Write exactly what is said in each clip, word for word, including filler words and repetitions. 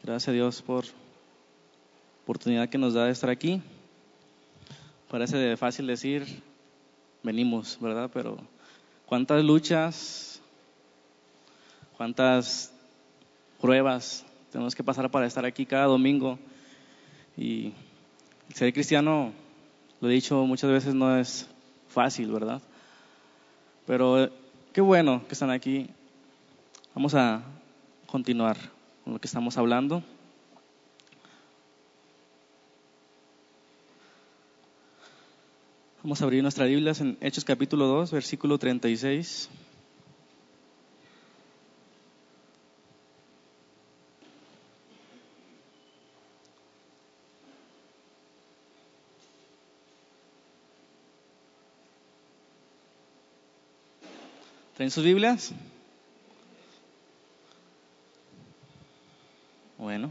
Gracias a Dios por la oportunidad que nos da de estar aquí. Parece fácil decir, venimos, ¿verdad? Pero cuántas luchas, cuántas pruebas tenemos que pasar para estar aquí cada domingo. Y ser cristiano, lo he dicho muchas veces, no es fácil, ¿verdad? Pero qué bueno que están aquí. Vamos a continuar con lo que estamos hablando. Vamos a abrir nuestras Biblias en Hechos capítulo dos, versículo treinta y seis. ¿Traen sus Biblias? Bueno.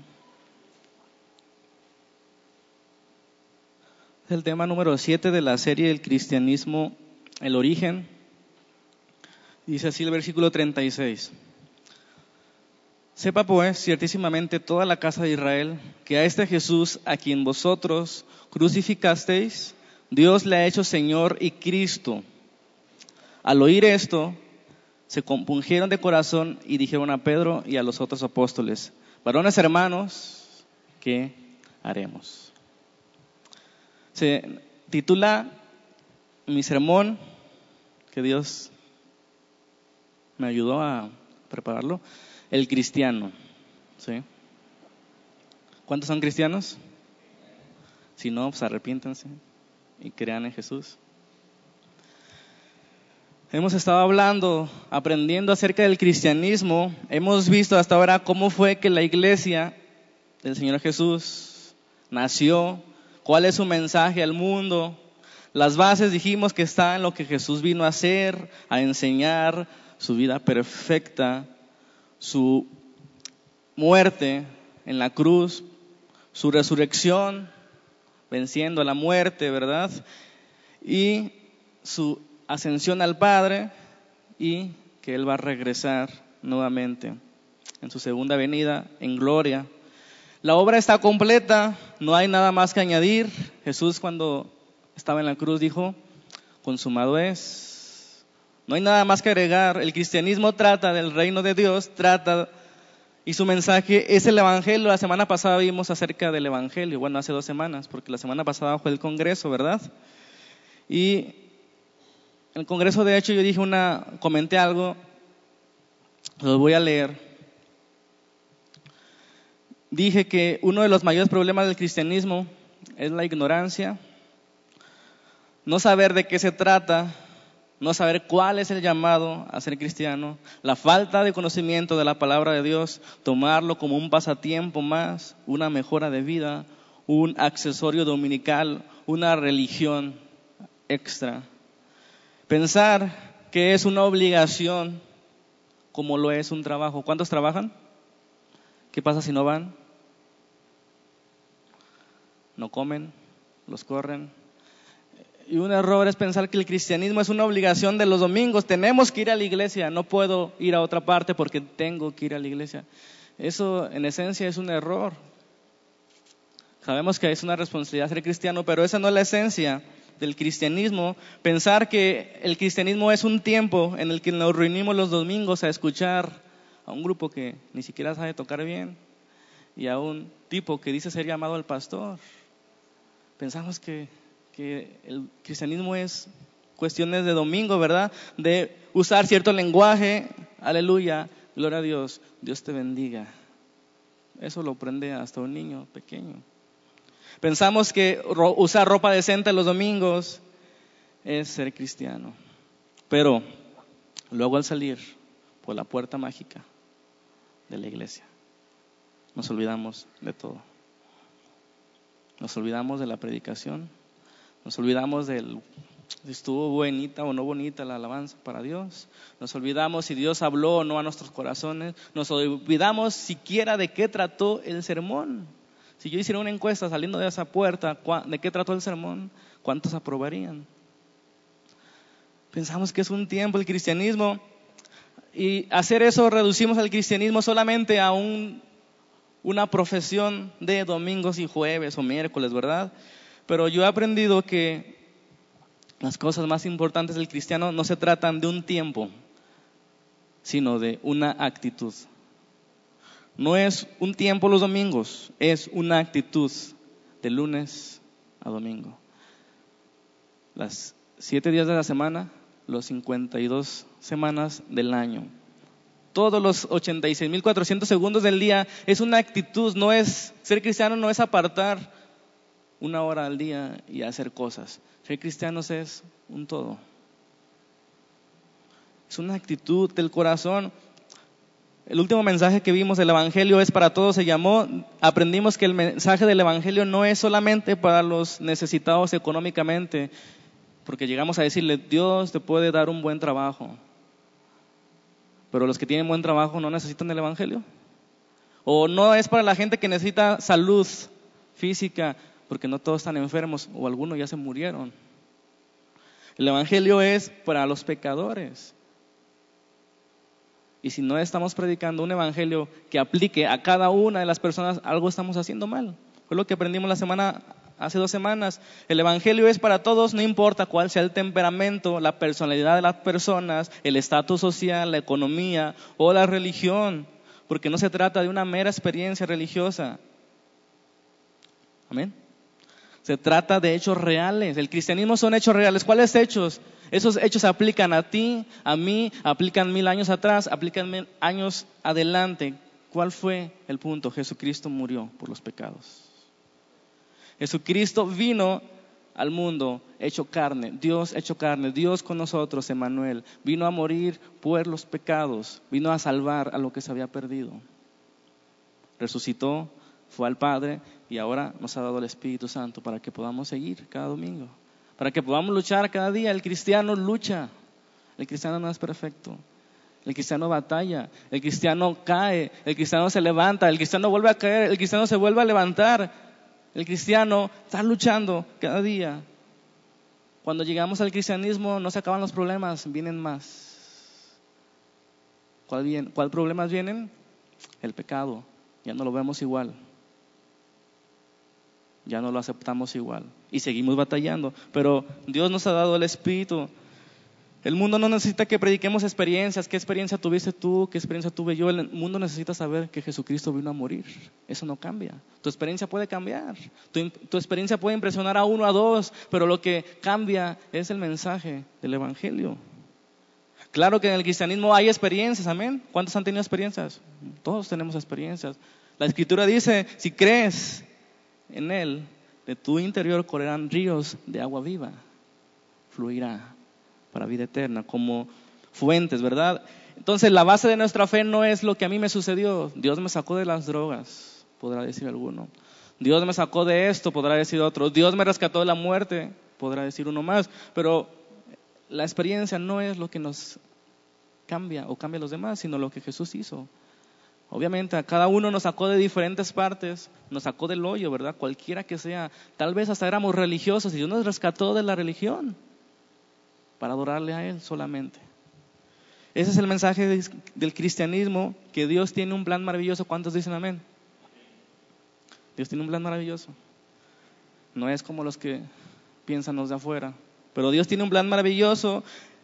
Es el tema número siete de la serie del cristianismo, el origen. Dice así el versículo treinta y seis. Sepa pues ciertísimamente toda la casa de Israel que a este Jesús a quien vosotros crucificasteis, Dios le ha hecho Señor y Cristo. Al oír esto, se compungieron de corazón y dijeron a Pedro y a los otros apóstoles: varones hermanos, ¿qué haremos? Se titula mi sermón, que Dios me ayudó a prepararlo, el cristiano. ¿Sí? ¿Cuántos son cristianos? Si no, pues arrepiéntanse y crean en Jesús. Hemos estado hablando, aprendiendo acerca del cristianismo. Hemos visto hasta ahora cómo fue que la iglesia del Señor Jesús nació, cuál es su mensaje al mundo. Las bases dijimos que está en lo que Jesús vino a hacer, a enseñar, su vida perfecta, su muerte en la cruz, su resurrección, venciendo a la muerte, ¿verdad? Y su ascensión al Padre, y que Él va a regresar nuevamente en su segunda venida en gloria. La obra está completa, no hay nada más que añadir. Jesús, cuando estaba en la cruz, dijo: consumado es. No hay nada más que agregar. El cristianismo trata del reino de Dios, trata, y su mensaje es el evangelio. La semana pasada vimos acerca del evangelio, bueno, hace dos semanas, porque la semana pasada fue el congreso, ¿verdad? Y en el congreso, de hecho, yo dije una, comenté algo, los voy a leer. Dije que uno de los mayores problemas del cristianismo es la ignorancia, no saber de qué se trata, no saber cuál es el llamado a ser cristiano, la falta de conocimiento de la palabra de Dios, tomarlo como un pasatiempo más, una mejora de vida, un accesorio dominical, una religión extra. Pensar que es una obligación como lo es un trabajo. ¿Cuántos trabajan? ¿Qué pasa si no van? No comen, los corren. Y un error es pensar que el cristianismo es una obligación de los domingos. Tenemos que ir a la iglesia, no puedo ir a otra parte porque tengo que ir a la iglesia. Eso en esencia es un error. Sabemos que es una responsabilidad ser cristiano, pero esa no es la esencia del cristianismo. Pensar que el cristianismo es un tiempo en el que nos reunimos los domingos a escuchar a un grupo que ni siquiera sabe tocar bien y a un tipo que dice ser llamado al pastor. Pensamos que, que el cristianismo es cuestiones de domingo, ¿verdad? De usar cierto lenguaje, aleluya, gloria a Dios, Dios te bendiga. Eso lo aprende hasta un niño pequeño. Pensamos que ro- usar ropa decente los domingos es ser cristiano. Pero luego al salir por la puerta mágica de la iglesia, nos olvidamos de todo. Nos olvidamos de la predicación, nos olvidamos del si estuvo bonita o no bonita la alabanza para Dios, nos olvidamos si Dios habló o no a nuestros corazones, nos olvidamos siquiera de qué trató el sermón. Si yo hiciera una encuesta saliendo de esa puerta, ¿de qué trató el sermón? ¿Cuántos aprobarían? Pensamos que es un tiempo el cristianismo, y hacer eso reducimos al cristianismo solamente a un una profesión de domingos y jueves o miércoles, ¿verdad? Pero yo he aprendido que las cosas más importantes del cristiano no se tratan de un tiempo, sino de una actitud. No es un tiempo los domingos, es una actitud de lunes a domingo. Las siete días de la semana, los cincuenta y dos semanas del año. Todos los ochenta y seis mil cuatrocientos segundos del día es una actitud, no es, ser cristiano no es apartar una hora al día y hacer cosas. Ser cristianos es un todo. Es una actitud del corazón. El último mensaje que vimos del Evangelio es para todos, se llamó, aprendimos que el mensaje del Evangelio no es solamente para los necesitados económicamente, porque llegamos a decirle, Dios te puede dar un buen trabajo, pero los que tienen buen trabajo no necesitan el Evangelio. O no es para la gente que necesita salud física, porque no todos están enfermos, o algunos ya se murieron. El Evangelio es para los pecadores. Y si no estamos predicando un evangelio que aplique a cada una de las personas, algo estamos haciendo mal. Fue lo que aprendimos la semana, hace dos semanas. El evangelio es para todos, no importa cuál sea el temperamento, la personalidad de las personas, el estatus social, la economía o la religión, porque no se trata de una mera experiencia religiosa. Amén. Se trata de hechos reales. El cristianismo son hechos reales. ¿Cuáles hechos? Esos hechos se aplican a ti, a mí, aplican mil años atrás, aplican mil años adelante. ¿Cuál fue el punto? Jesucristo murió por los pecados. Jesucristo vino al mundo hecho carne, Dios hecho carne, Dios con nosotros, Emmanuel. Vino a morir por los pecados, vino a salvar a lo que se había perdido. Resucitó, fue al Padre y ahora nos ha dado el Espíritu Santo para que podamos seguir cada domingo. Para que podamos luchar cada día. El cristiano lucha. El cristiano no es perfecto. El cristiano batalla. El cristiano cae. El cristiano se levanta. El cristiano vuelve a caer. El cristiano se vuelve a levantar. El cristiano está luchando cada día. Cuando llegamos al cristianismo no se acaban los problemas, vienen más. ¿Cuál, viene? ¿Cuál problemas vienen? El pecado. Ya no lo vemos igual. Ya no lo aceptamos igual y seguimos batallando, pero Dios nos ha dado el Espíritu. El mundo no necesita que prediquemos experiencias. ¿Qué experiencia tuviste tú? ¿Qué experiencia tuve yo? El mundo necesita saber que Jesucristo vino a morir. Eso no cambia. Tu experiencia puede cambiar, tu, tu experiencia puede impresionar a uno, a dos, pero lo que cambia es el mensaje del Evangelio. Claro que en el cristianismo hay experiencias, amén. ¿Cuántos han tenido experiencias? Todos tenemos experiencias. La Escritura dice, si crees en Él, de tu interior correrán ríos de agua viva, fluirá para vida eterna, como fuentes, ¿verdad? Entonces la base de nuestra fe no es lo que a mí me sucedió. Dios me sacó de las drogas, podrá decir alguno. Dios me sacó de esto, podrá decir otro. Dios me rescató de la muerte, podrá decir uno más. Pero la experiencia no es lo que nos cambia o cambia a los demás, sino lo que Jesús hizo. Obviamente a cada uno nos sacó de diferentes partes, nos sacó del hoyo, ¿verdad? Cualquiera que sea, tal vez hasta éramos religiosos y Dios nos rescató de la religión para adorarle a Él solamente. Ese es el mensaje de, del cristianismo, que Dios tiene un plan maravilloso. ¿Cuántos dicen amén? Dios tiene un plan maravilloso. No es como los que piensan los de afuera, pero Dios tiene un plan maravilloso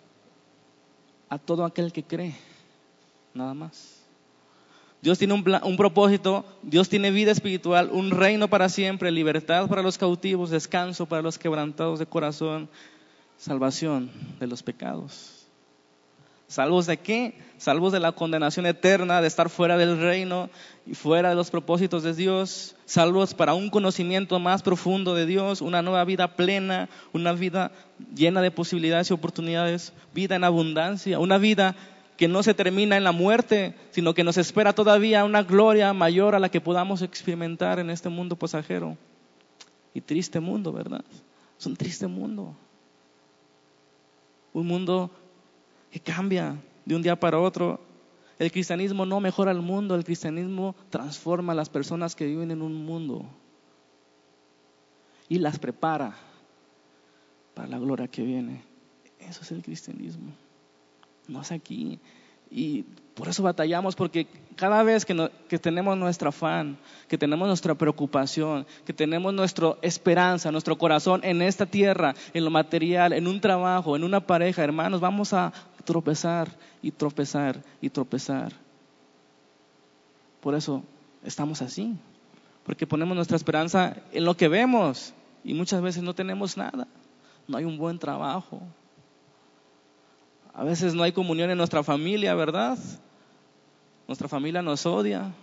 a todo aquel que cree, nada más. Dios tiene un, plan, un propósito, Dios tiene vida espiritual, un reino para siempre, libertad para los cautivos, descanso para los quebrantados de corazón, salvación de los pecados. ¿Salvos de qué? Salvos de la condenación eterna, de estar fuera del reino y fuera de los propósitos de Dios. Salvos para un conocimiento más profundo de Dios, una nueva vida plena, una vida llena de posibilidades y oportunidades, vida en abundancia, una vida que no se termina en la muerte, sino que nos espera todavía una gloria mayor a la que podamos experimentar en este mundo pasajero. Y triste mundo, ¿verdad? Es un triste mundo. Un mundo que cambia de un día para otro. El cristianismo no mejora el mundo, el cristianismo transforma a las personas que viven en un mundo y las prepara para la gloria que viene. Eso es el cristianismo. No es aquí. Y por eso batallamos, porque cada vez que, no, que tenemos nuestro afán, que tenemos nuestra preocupación, que tenemos nuestra esperanza, nuestro corazón en esta tierra, en lo material, en un trabajo, en una pareja, hermanos, vamos a tropezar y tropezar y tropezar. Por eso estamos así, porque ponemos nuestra esperanza en lo que vemos y muchas veces no tenemos nada. No hay un buen trabajo. A veces no hay comunión en nuestra familia, ¿verdad? Nuestra familia nos odia.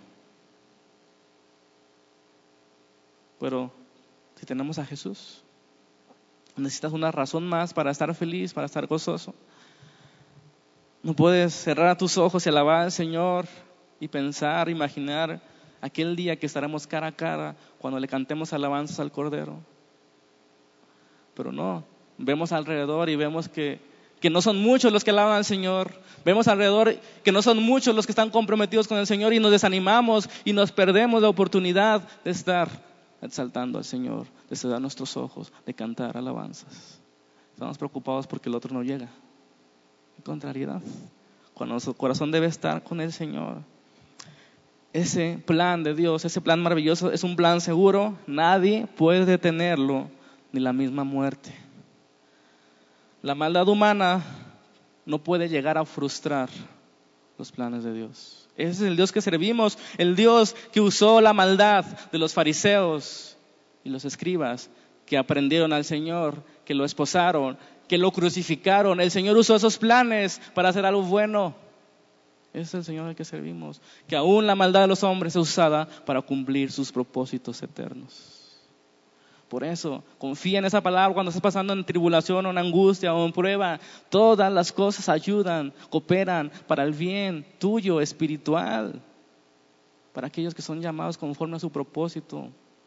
Pero si tenemos a Jesús, necesitas una razón más para estar feliz, para estar gozoso. No puedes cerrar tus ojos y alabar al Señor y pensar, imaginar aquel día que estaremos cara a cara cuando le cantemos alabanzas al Cordero. Pero no, vemos alrededor y vemos que, que no son muchos los que alaban al Señor. Vemos alrededor que no son muchos los que están comprometidos con el Señor y nos desanimamos y nos perdemos la oportunidad de estar exaltando al Señor, de cerrar nuestros ojos, de cantar alabanzas. Estamos preocupados porque el otro no llega. En contrariedad, cuando nuestro corazón debe estar con el Señor. Ese plan de Dios, ese plan maravilloso, es un plan seguro. Nadie puede detenerlo, ni la misma muerte. La maldad humana no puede llegar a frustrar los planes de Dios. Ese es el Dios que servimos, el Dios que usó la maldad de los fariseos y los escribas que aprendieron al Señor, que lo esposaron, que lo crucificaron. El Señor usó esos planes para hacer algo bueno. Ese es el Señor al que servimos, que aún la maldad de los hombres es usada para cumplir sus propósitos eternos. Por eso, confía en esa palabra cuando estés pasando en tribulación o en angustia o en prueba. Todas las cosas ayudan, cooperan para el bien tuyo espiritual, para aquellos que son llamados conforme a su propósito.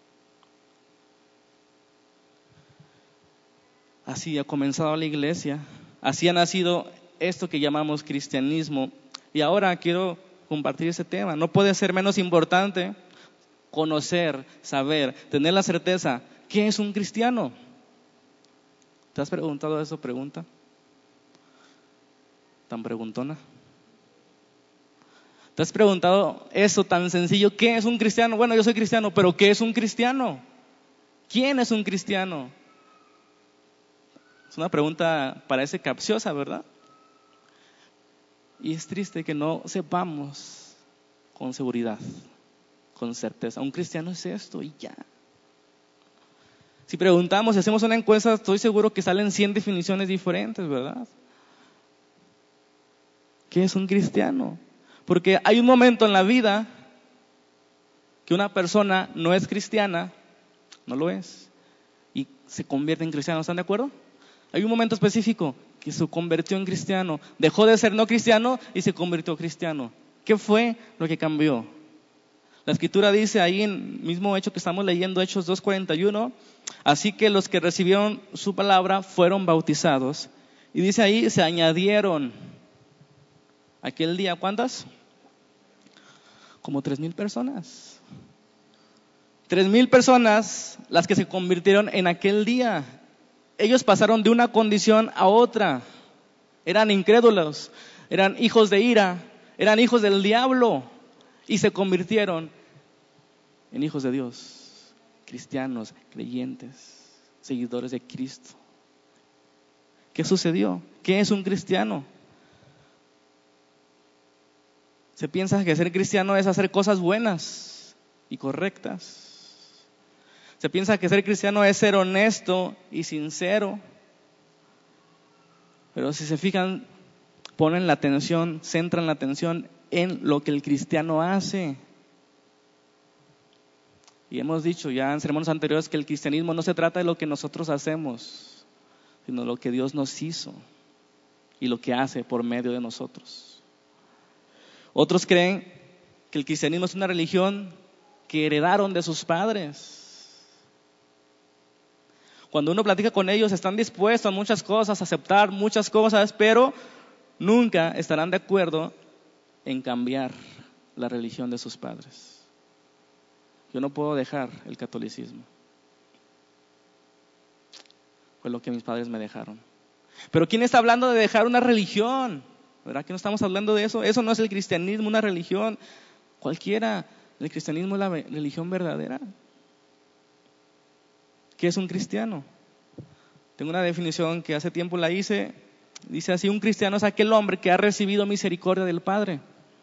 Así ha comenzado la iglesia, así ha nacido esto que llamamos cristianismo. Y ahora quiero compartir ese tema. No puede ser menos importante conocer, saber, tener la certeza. ¿Qué es un cristiano? ¿Te has preguntado eso? Pregunta. ¿Tan preguntona? ¿Te has preguntado eso tan sencillo? ¿Qué es un cristiano? Bueno, yo soy cristiano, pero ¿qué es un cristiano? ¿Quién es un cristiano? Es una pregunta, parece capciosa, ¿verdad? Y es triste que no sepamos con seguridad, con certeza. Un cristiano es esto y ya. Si preguntamos, si hacemos una encuesta, estoy seguro que salen cien definiciones diferentes, ¿verdad? ¿Qué es un cristiano? Porque hay un momento en la vida que una persona no es cristiana, no lo es, y se convierte en cristiano. ¿Están de acuerdo? Hay un momento específico que se convirtió en cristiano, dejó de ser no cristiano y se convirtió en cristiano. ¿Qué fue lo que cambió? La escritura dice ahí en el mismo hecho que estamos leyendo, Hechos dos cuarenta y uno, así que los que recibieron su palabra fueron bautizados. Y dice ahí, se añadieron aquel día, ¿cuántas? Como tres mil personas. Tres mil personas las que se convirtieron en aquel día. Ellos pasaron de una condición a otra. Eran incrédulos, eran hijos de ira, eran hijos del diablo y se convirtieron en hijos de Dios, cristianos, creyentes, seguidores de Cristo. ¿Qué sucedió? ¿Qué es un cristiano? Se piensa que ser cristiano es hacer cosas buenas y correctas. Se piensa que ser cristiano es ser honesto y sincero. Pero si se fijan, ponen la atención, centran la atención en lo que el cristiano hace. Y hemos dicho ya en sermones anteriores que el cristianismo no se trata de lo que nosotros hacemos, sino lo que Dios nos hizo y lo que hace por medio de nosotros. Otros creen que el cristianismo es una religión que heredaron de sus padres. Cuando uno platica con ellos, están dispuestos a muchas cosas, a aceptar muchas cosas, pero nunca estarán de acuerdo en cambiar la religión de sus padres. Yo no puedo dejar el catolicismo. Fue lo que mis padres me dejaron. Pero ¿quién está hablando de dejar una religión? ¿Verdad que no estamos hablando de eso? Eso no es el cristianismo, una religión cualquiera. El cristianismo es la religión verdadera. ¿Qué es un cristiano? Tengo una definición que hace tiempo la hice. Dice así: un cristiano es aquel hombre que ha recibido misericordia del Padre.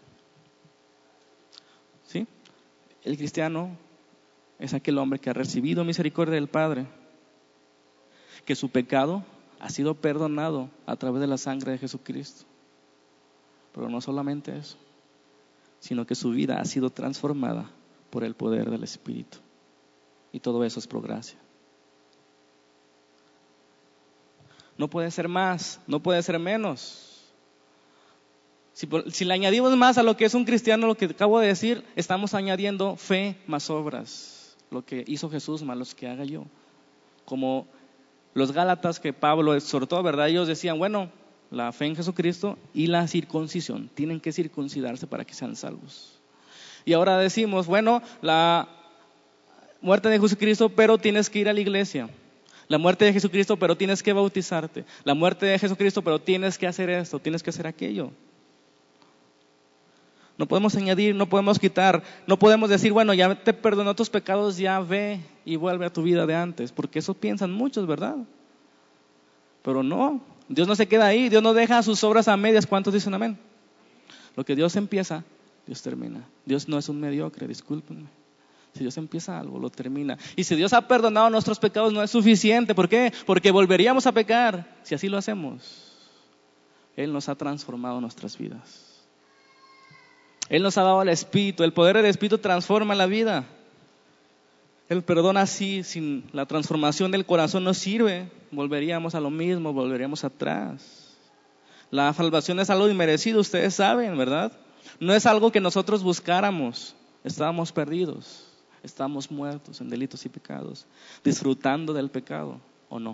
¿Sí? El cristiano es aquel hombre que ha recibido misericordia del Padre, que su pecado ha sido perdonado a través de la sangre de Jesucristo. Pero no solamente eso, sino que su vida ha sido transformada por el poder del Espíritu. Y todo eso es por gracia. No puede ser más, no puede ser menos. Si, si le añadimos más a lo que es un cristiano, lo que acabo de decir, estamos añadiendo fe más obras. Lo que hizo Jesús más los que haga yo. Como los Gálatas que Pablo exhortó, ¿verdad? Ellos decían, bueno, la fe en Jesucristo y la circuncisión. Tienen que circuncidarse para que sean salvos. Y ahora decimos, bueno, la muerte de Jesucristo, pero tienes que ir a la iglesia. La muerte de Jesucristo, pero tienes que bautizarte. La muerte de Jesucristo, pero tienes que hacer esto, tienes que hacer aquello. No podemos añadir, no podemos quitar, no podemos decir, bueno, ya te perdonó tus pecados, ya ve y vuelve a tu vida de antes, porque eso piensan muchos, ¿verdad? Pero no, Dios no se queda ahí, Dios no deja sus obras a medias. ¿Cuántos dicen amén? Lo que Dios empieza, Dios termina. Dios no es un mediocre, discúlpenme. Si Dios empieza algo, lo termina. Y si Dios ha perdonado nuestros pecados, no es suficiente. ¿Por qué? Porque volveríamos a pecar si así lo hacemos. Él nos ha transformado nuestras vidas. Él nos ha dado el Espíritu. El poder del Espíritu transforma la vida. El perdón así, sin la transformación del corazón, no sirve. Volveríamos a lo mismo, volveríamos atrás. La salvación es algo inmerecido, ustedes saben, ¿verdad? No es algo que nosotros buscáramos. Estábamos perdidos. Estamos muertos en delitos y pecados, disfrutando del pecado, ¿o no?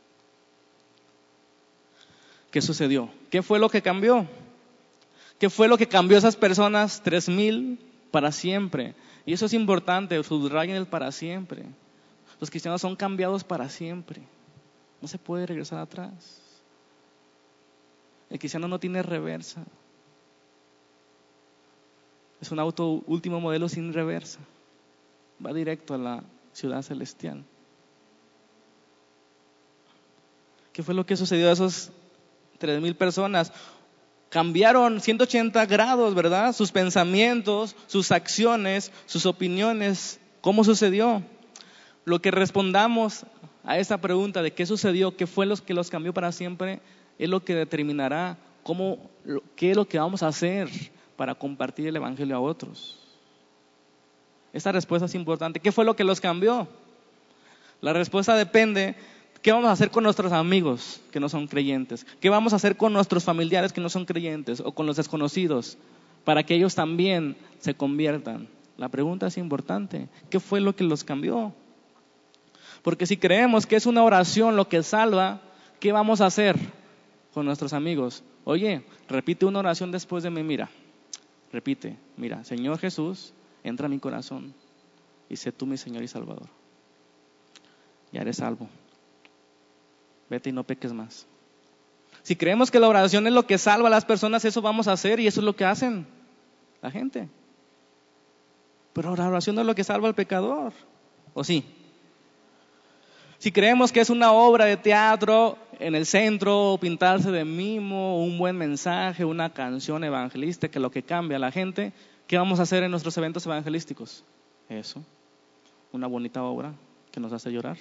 ¿Qué sucedió? ¿Qué fue lo que cambió? ¿Qué fue lo que cambió a esas personas? Tres mil para siempre. Y eso es importante, subrayen el para siempre. Los cristianos son cambiados para siempre. No se puede regresar atrás. El cristiano no tiene reversa. Es un auto último modelo sin reversa. Va directo a la ciudad celestial. ¿Qué fue lo que sucedió a esos tres mil personas? Cambiaron ciento ochenta grados, ¿verdad? Sus pensamientos, sus acciones, sus opiniones. ¿Cómo sucedió? Lo que respondamos a esa pregunta de qué sucedió, qué fue lo que los cambió para siempre, es lo que determinará cómo, qué es lo que vamos a hacer para compartir el evangelio a otros. Esta respuesta es importante. ¿Qué fue lo que los cambió? La respuesta depende. ¿Qué vamos a hacer con nuestros amigos que no son creyentes? ¿Qué vamos a hacer con nuestros familiares que no son creyentes o con los desconocidos para que ellos también se conviertan? La pregunta es importante. ¿Qué fue lo que los cambió? Porque si creemos que es una oración lo que salva, ¿qué vamos a hacer con nuestros amigos? Oye, repite una oración después de mí, mira. Repite, mira, Señor Jesús, entra a mi corazón y sé tú mi Señor y Salvador. Ya eres salvo. Vete y no peques más. Si creemos que la oración es lo que salva a las personas, eso vamos a hacer y eso es lo que hacen la gente. Pero la oración no es lo que salva al pecador, ¿o sí? Si creemos que es una obra de teatro en el centro, pintarse de mimo, un buen mensaje, una canción evangelística que lo que cambia a la gente, ¿qué vamos a hacer en nuestros eventos evangelísticos? Eso, una bonita obra que nos hace llorar.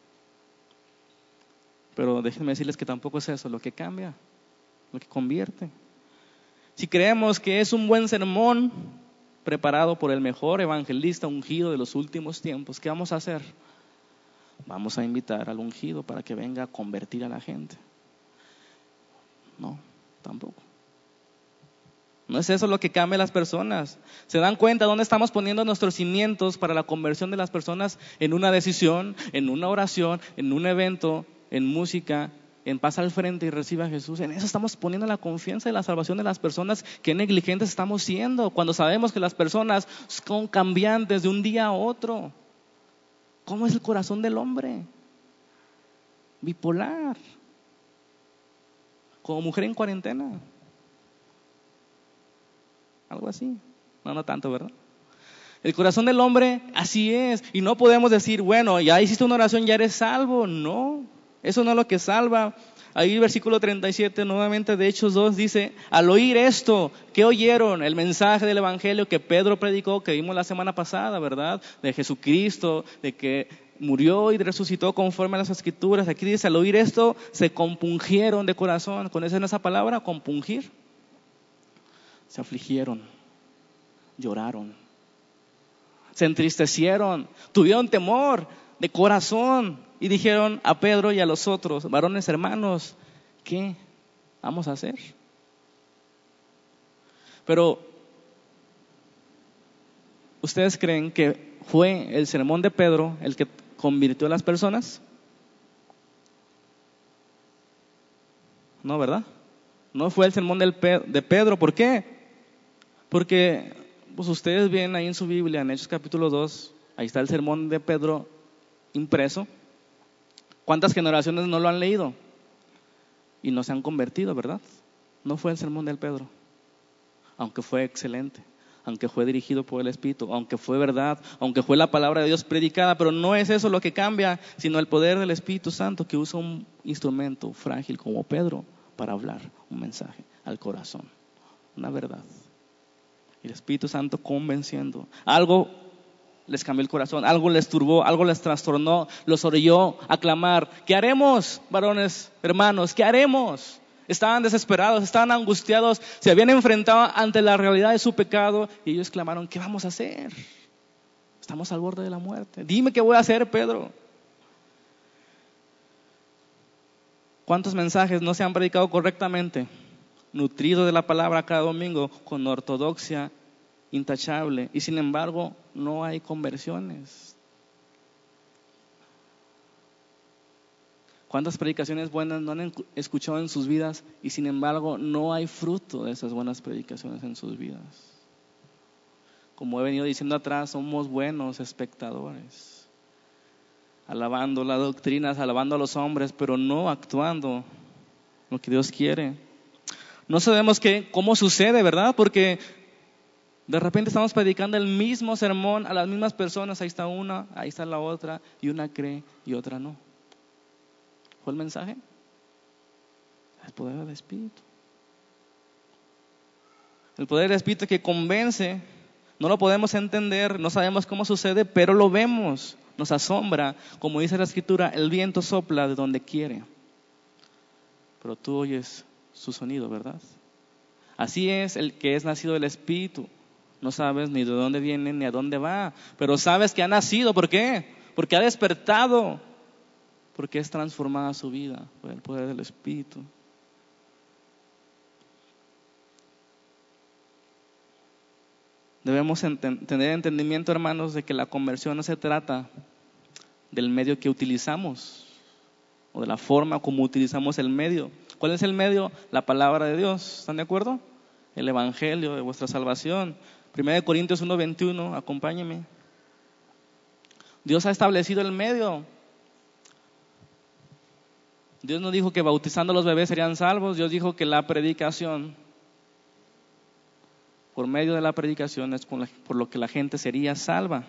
Pero déjenme decirles que tampoco es eso lo que cambia, lo que convierte. Si creemos que es un buen sermón preparado por el mejor evangelista ungido de los últimos tiempos, ¿qué vamos a hacer? Vamos a invitar al ungido para que venga a convertir a la gente. No, tampoco. No es eso lo que cambia a las personas. ¿Se dan cuenta dónde estamos poniendo nuestros cimientos para la conversión de las personas? En una decisión, en una oración, en un evento, en música, en pasa al frente y reciba a Jesús. En eso estamos poniendo la confianza y la salvación de las personas. Qué negligentes estamos siendo cuando sabemos que las personas son cambiantes de un día a otro. ¿Cómo es el corazón del hombre? Bipolar. Como mujer en cuarentena. algo así. No, no tanto, ¿verdad? El corazón del hombre así es. Y no podemos decir, bueno, ya hiciste una oración, ya eres salvo. No, eso no es lo que salva. Ahí versículo treinta y siete nuevamente de Hechos dos dice, al oír esto, ¿qué oyeron? El mensaje del evangelio que Pedro predicó, que vimos la semana pasada, ¿verdad? De Jesucristo, de que murió y resucitó conforme a las escrituras. Aquí dice, al oír esto, se compungieron de corazón. ¿Conocen esa palabra? Compungir. Se afligieron, lloraron, se entristecieron, tuvieron temor de corazón y dijeron a Pedro y a los otros, varones hermanos, ¿qué vamos a hacer? Pero, ¿ustedes creen que fue el sermón de Pedro el que convirtió a las personas? No, ¿verdad? No fue el sermón del Pe- de Pedro. ¿Por qué? Porque pues ustedes ven ahí en su Biblia, en Hechos capítulo dos, ahí está el sermón de Pedro impreso. ¿Cuántas generaciones no lo han leído? Y no se han convertido, ¿verdad? No fue el sermón del Pedro, aunque fue excelente, aunque fue dirigido por el Espíritu, aunque fue verdad, aunque fue la palabra de Dios predicada, pero no es eso lo que cambia, sino el poder del Espíritu Santo que usa un instrumento frágil como Pedro para hablar un mensaje al corazón, una verdad. Y el Espíritu Santo convenciendo. Algo les cambió el corazón, algo les turbó, algo les trastornó, los orilló a clamar. ¿Qué haremos, varones, hermanos? ¿Qué haremos? Estaban desesperados, estaban angustiados, se habían enfrentado ante la realidad de su pecado y ellos clamaron, ¿qué vamos a hacer? Estamos al borde de la muerte. Dime qué voy a hacer, Pedro. ¿Cuántos mensajes no se han predicado correctamente? Nutrido de la palabra cada domingo con ortodoxia intachable y sin embargo no hay conversiones. ¿Cuántas predicaciones buenas no han escuchado en sus vidas y sin embargo no hay fruto de esas buenas predicaciones en sus vidas? Como he venido diciendo atrás, somos buenos espectadores, alabando las doctrinas, alabando a los hombres, pero no actuando lo que Dios quiere. No sabemos qué, cómo sucede, ¿verdad? Porque de repente estamos predicando el mismo sermón a las mismas personas. Ahí está una, ahí está la otra, y una cree y otra no. ¿Fue el mensaje? El poder del Espíritu. El poder del Espíritu que convence. No lo podemos entender, no sabemos cómo sucede, pero lo vemos. Nos asombra. Como dice la Escritura, el viento sopla de donde quiere. Pero tú oyes su sonido, ¿verdad? Así es el que es nacido del Espíritu. No sabes ni de dónde viene ni a dónde va, pero sabes que ha nacido. ¿Por qué? Porque ha despertado, porque es transformada su vida por el poder del Espíritu. Debemos enten- tener entendimiento, hermanos, de que la conversión no se trata del medio que utilizamos o de la forma como utilizamos el medio. ¿Cuál es el medio? La palabra de Dios. ¿Están de acuerdo? El evangelio de vuestra salvación. Primera de Corintios uno veintiuno, acompáñeme. Dios ha establecido el medio. Dios no dijo que bautizando a los bebés serían salvos. Dios dijo que la predicación, por medio de la predicación es por lo que la gente sería salva.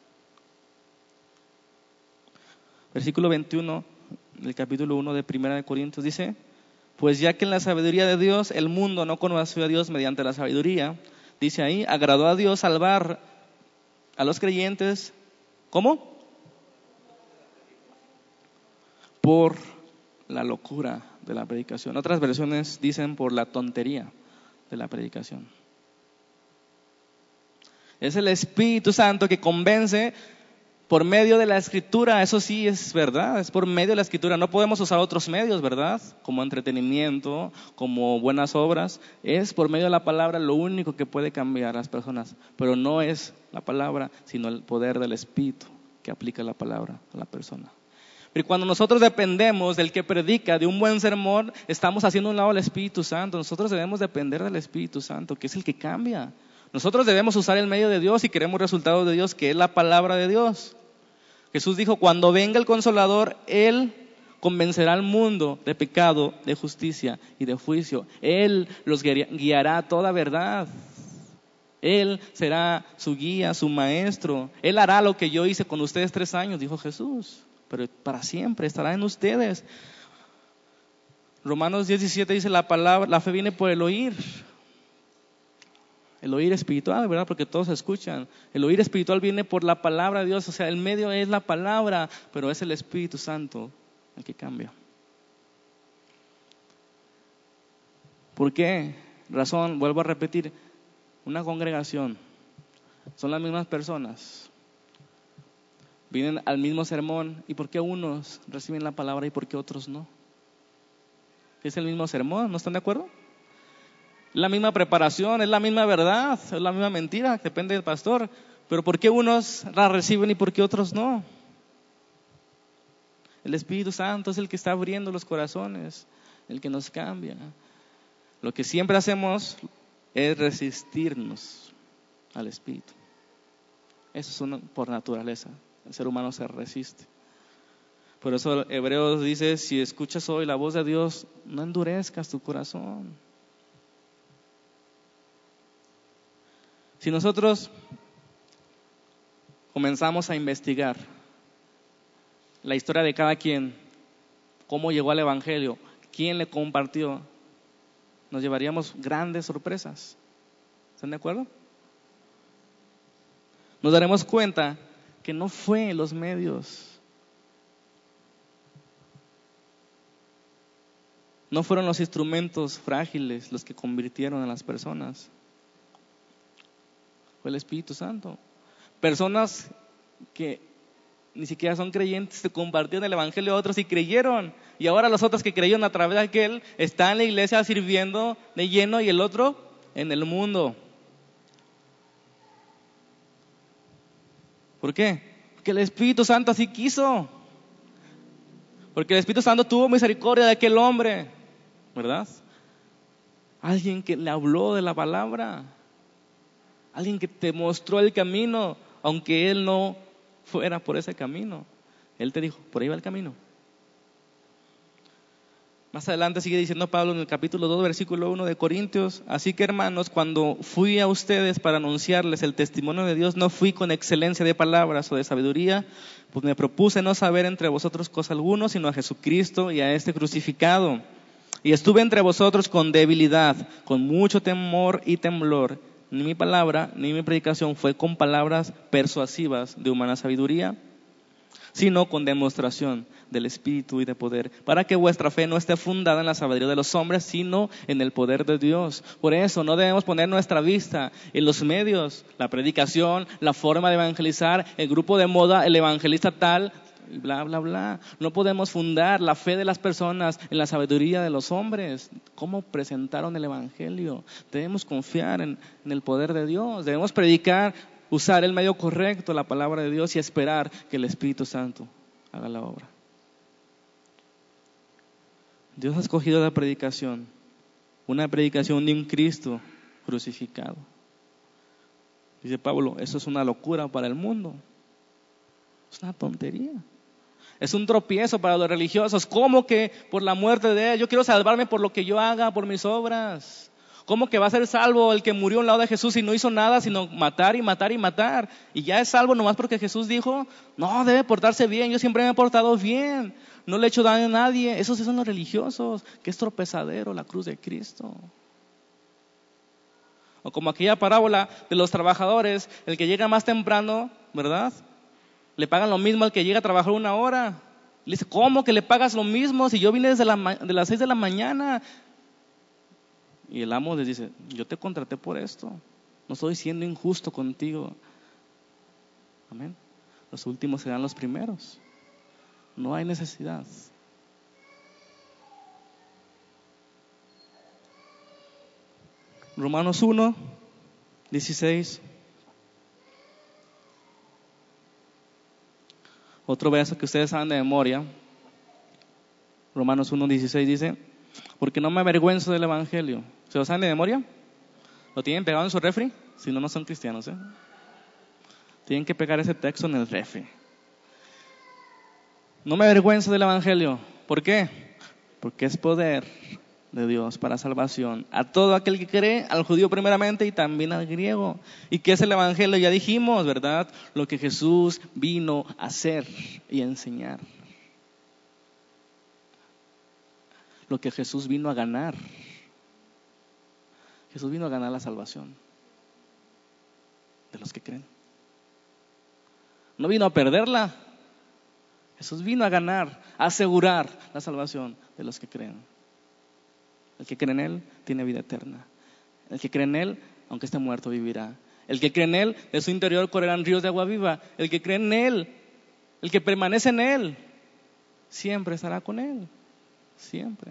Versículo veintiuno del capítulo uno de Primera de Corintios dice: pues ya que en la sabiduría de Dios el mundo no conoció a Dios mediante la sabiduría, dice ahí, agradó a Dios salvar a los creyentes, ¿cómo? Por la locura de la predicación. Otras versiones dicen por la tontería de la predicación. Es el Espíritu Santo que convence por medio de la Escritura. Eso sí es verdad, es por medio de la Escritura. No podemos usar otros medios, ¿verdad? Como entretenimiento, como buenas obras. Es por medio de la palabra lo único que puede cambiar a las personas. Pero no es la palabra, sino el poder del Espíritu que aplica la palabra a la persona. Pero cuando nosotros dependemos del que predica, de un buen sermón, estamos haciendo a un lado al Espíritu Santo. Nosotros debemos depender del Espíritu Santo, que es el que cambia. Nosotros debemos usar el medio de Dios si queremos resultados de Dios, que es la palabra de Dios. Jesús dijo, cuando venga el Consolador, Él convencerá al mundo de pecado, de justicia y de juicio. Él los guiará a toda verdad. Él será su guía, su maestro. Él hará lo que yo hice con ustedes tres años, dijo Jesús. Pero para siempre estará en ustedes. Romanos diez diecisiete dice, la palabra, la fe viene por el oír. El oír espiritual, ¿verdad? Porque todos escuchan. El oír espiritual viene por la palabra de Dios. O sea, el medio es la palabra, pero es el Espíritu Santo el que cambia. ¿Por qué? Razón, vuelvo a repetir, una congregación, son las mismas personas, vienen al mismo sermón, ¿y por qué unos reciben la palabra y por qué otros no? Es el mismo sermón, ¿no están de acuerdo? Es la misma preparación, es la misma verdad, es la misma mentira, depende del pastor, pero ¿por qué unos la reciben y por qué otros no? El Espíritu Santo es el que está abriendo los corazones, el que nos cambia. Lo que siempre hacemos es resistirnos al Espíritu. Eso es una, por naturaleza. El ser humano se resiste. Por eso Hebreos dice, si escuchas hoy la voz de Dios, no endurezcas tu corazón. Si nosotros comenzamos a investigar la historia de cada quien, cómo llegó al Evangelio, quién le compartió, nos llevaríamos grandes sorpresas. ¿Están de acuerdo? Nos daremos cuenta que no fue los medios, no fueron los instrumentos frágiles los que convirtieron a las personas, fue el Espíritu Santo. Personas que ni siquiera son creyentes se compartieron el Evangelio a otros y creyeron, y ahora los otros que creyeron a través de aquel están en la iglesia sirviendo de lleno y el otro en el mundo. ¿Por qué? Porque el Espíritu Santo así quiso. Porque el Espíritu Santo tuvo misericordia de aquel hombre, ¿verdad? Alguien que le habló de la palabra, alguien que te mostró el camino, aunque él no fuera por ese camino. Él te dijo, por ahí va el camino. Más adelante sigue diciendo Pablo en el capítulo dos, versículo uno de Corintios, así que hermanos, cuando fui a ustedes para anunciarles el testimonio de Dios, no fui con excelencia de palabras o de sabiduría, pues me propuse no saber entre vosotros cosa alguna, sino a Jesucristo y a este crucificado. Y estuve entre vosotros con debilidad, con mucho temor y temblor. Ni mi palabra, ni mi predicación fue con palabras persuasivas de humana sabiduría, sino con demostración del Espíritu y de poder, para que vuestra fe no esté fundada en la sabiduría de los hombres, sino en el poder de Dios. Por eso no debemos poner nuestra vista en los medios, la predicación, la forma de evangelizar, el grupo de moda, el evangelista tal, bla, bla, bla. No podemos fundar la fe de las personas en la sabiduría de los hombres. ¿Cómo presentaron el evangelio? Debemos confiar en, en el poder de Dios, debemos predicar, usar el medio correcto, la palabra de Dios, y esperar que el Espíritu Santo haga la obra. Dios ha escogido la predicación, una predicación de un Cristo crucificado. Dice Pablo, eso es una locura para el mundo, es una tontería, es un tropiezo para los religiosos. ¿Cómo que por la muerte de él? Yo quiero salvarme por lo que yo haga, por mis obras. ¿Cómo que va a ser salvo el que murió al lado de Jesús y no hizo nada sino matar y matar y matar? Y ya es salvo nomás porque Jesús dijo, no, debe portarse bien, yo siempre me he portado bien, no le he hecho daño a nadie. Esos son los religiosos, que es tropezadero la cruz de Cristo. O como aquella parábola de los trabajadores, el que llega más temprano, ¿verdad? Le pagan lo mismo al que llega a trabajar una hora. Le dice, ¿cómo que le pagas lo mismo si yo vine desde la, de las seis de la mañana? Y el amo les dice, yo te contraté por esto, no estoy siendo injusto contigo. Amén. Los últimos serán los primeros. No hay necesidad. Romanos uno, dieciséis. Otro verso que ustedes saben de memoria. Romanos uno, dieciséis dice, porque no me avergüenzo del evangelio. ¿Se lo saben de memoria? ¿Lo tienen pegado en su refri? Si no, no son cristianos, ¿eh? Tienen que pegar ese texto en el refri. No me avergüenzo del evangelio. ¿Por qué? Porque es poder de Dios para salvación a todo aquel que cree, al judío primeramente y también al griego. ¿Y qué es el evangelio? Ya dijimos, ¿verdad? Lo que Jesús vino a hacer y a enseñar. Lo que Jesús vino a ganar. Jesús vino a ganar la salvación de los que creen. No vino a perderla. Jesús vino a ganar, a asegurar la salvación de los que creen. El que cree en Él tiene vida eterna. El que cree en Él, aunque esté muerto, vivirá. El que cree en Él, de su interior correrán ríos de agua viva. El que cree en Él, el que permanece en Él, siempre estará con Él. Siempre.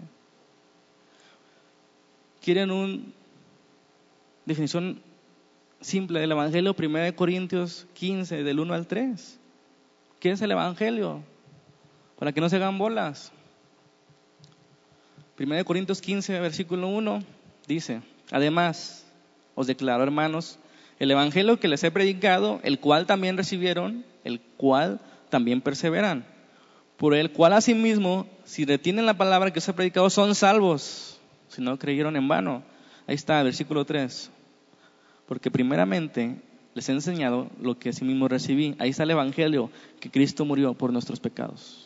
¿Quieren una definición simple del Evangelio? primera de Corintios quince, del uno al tres. ¿Qué es el Evangelio? Para que no se hagan bolas. primera de Corintios quince, versículo uno, dice: además, os declaro, hermanos, el Evangelio que les he predicado, el cual también recibieron, el cual también perseveran, por el cual asimismo, si retienen la palabra que os he predicado, son salvos, si no creyeron en vano. Ahí está, versículo tres. Porque primeramente les he enseñado lo que asimismo recibí. Ahí está el Evangelio, que Cristo murió por nuestros pecados,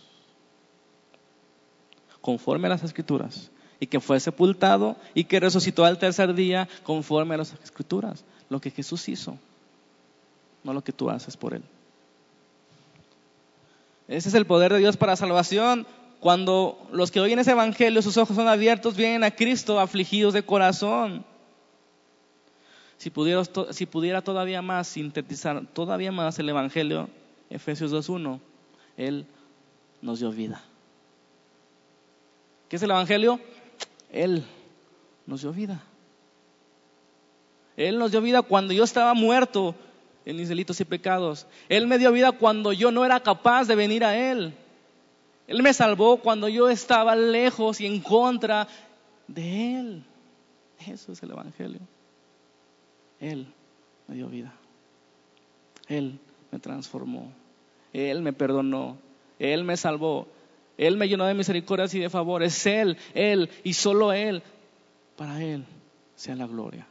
conforme a las Escrituras, y que fue sepultado y que resucitó al tercer día, conforme a las Escrituras. Lo que Jesús hizo, no lo que tú haces por Él. Ese es el poder de Dios para salvación. Cuando los que oyen ese Evangelio, sus ojos son abiertos, vienen a Cristo afligidos de corazón. Si pudiera, si pudiera todavía más sintetizar, todavía más el Evangelio, Efesios dos uno, Él nos dio vida. ¿Qué es el Evangelio? Él nos dio vida. Él nos dio vida cuando yo estaba muerto en mis delitos y pecados. Él me dio vida cuando yo no era capaz de venir a Él. Él me salvó cuando yo estaba lejos y en contra de Él. Eso es el Evangelio. Él me dio vida. Él me transformó. Él me perdonó. Él me salvó. Él me llenó de misericordias y de favores. Él, Él y solo Él. Para Él sea la gloria.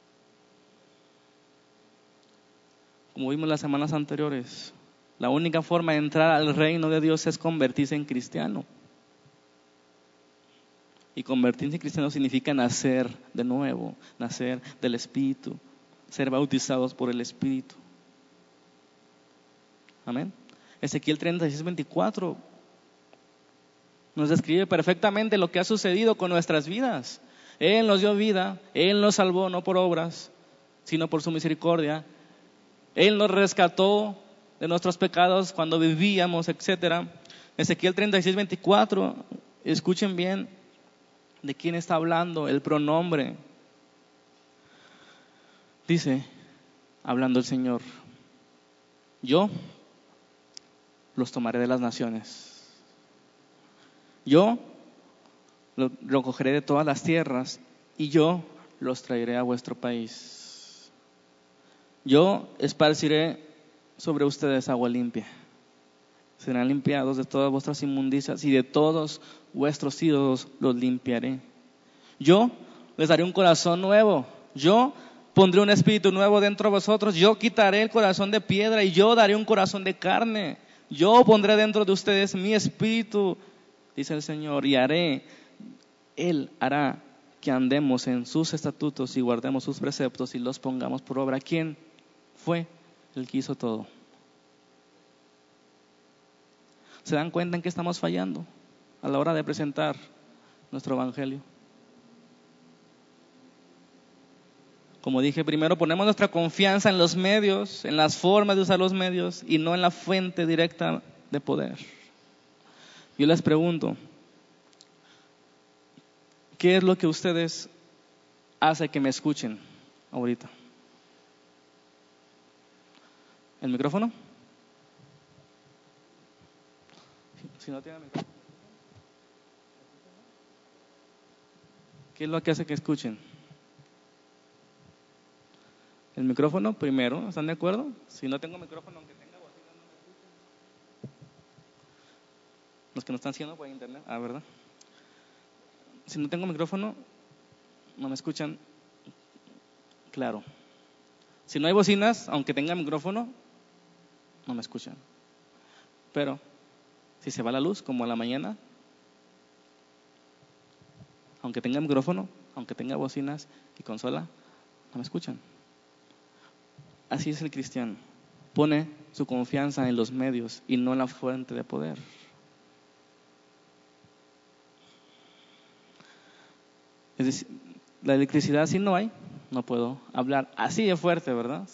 Como vimos las semanas anteriores, la única forma de entrar al reino de Dios es convertirse en cristiano. Y convertirse en cristiano significa nacer de nuevo, nacer del Espíritu, ser bautizados por el Espíritu. Amén. Ezequiel treinta y seis, veinticuatro nos describe perfectamente lo que ha sucedido con nuestras vidas. Él nos dio vida, Él nos salvó no por obras, sino por su misericordia. Él nos rescató de nuestros pecados cuando vivíamos, etcétera. Ezequiel treinta y seis, veinticuatro, escuchen bien de quién está hablando, el pronombre. Dice, hablando el Señor: yo los tomaré de las naciones. Yo los recogeré de todas las tierras y yo los traeré a vuestro país. Yo esparciré sobre ustedes agua limpia. Serán limpiados de todas vuestras inmundicias y de todos vuestros ídolos los limpiaré. Yo les daré un corazón nuevo. Yo pondré un espíritu nuevo dentro de vosotros. Yo quitaré el corazón de piedra y yo daré un corazón de carne. Yo pondré dentro de ustedes mi espíritu, dice el Señor, y haré, Él hará que andemos en sus estatutos y guardemos sus preceptos y los pongamos por obra. ¿Quién fue el que hizo todo? ¿Se dan cuenta en que estamos fallando a la hora de presentar nuestro evangelio? Como dije, primero ponemos nuestra confianza en los medios, en las formas de usar los medios y no en la fuente directa de poder. Yo les pregunto, ¿qué es lo que ustedes hacen que me escuchen ahorita? ¿El micrófono? Si no tiene micrófono, ¿qué es lo que hace que escuchen? El micrófono primero, ¿están de acuerdo? Si no tengo micrófono, aunque tenga bocina, no me escuchan. Los que no están haciendo por internet, ah, ¿verdad? si no tengo micrófono, no me escuchan claro. Si no hay bocinas, aunque tenga micrófono, no me escuchan. Pero si se va la luz, como a la mañana, aunque tenga micrófono, aunque tenga bocinas y consola, no me escuchan. Así es el cristiano. Pone su confianza en los medios y no en la fuente de poder. Es decir, la electricidad si no hay, no puedo hablar así de fuerte, ¿verdad?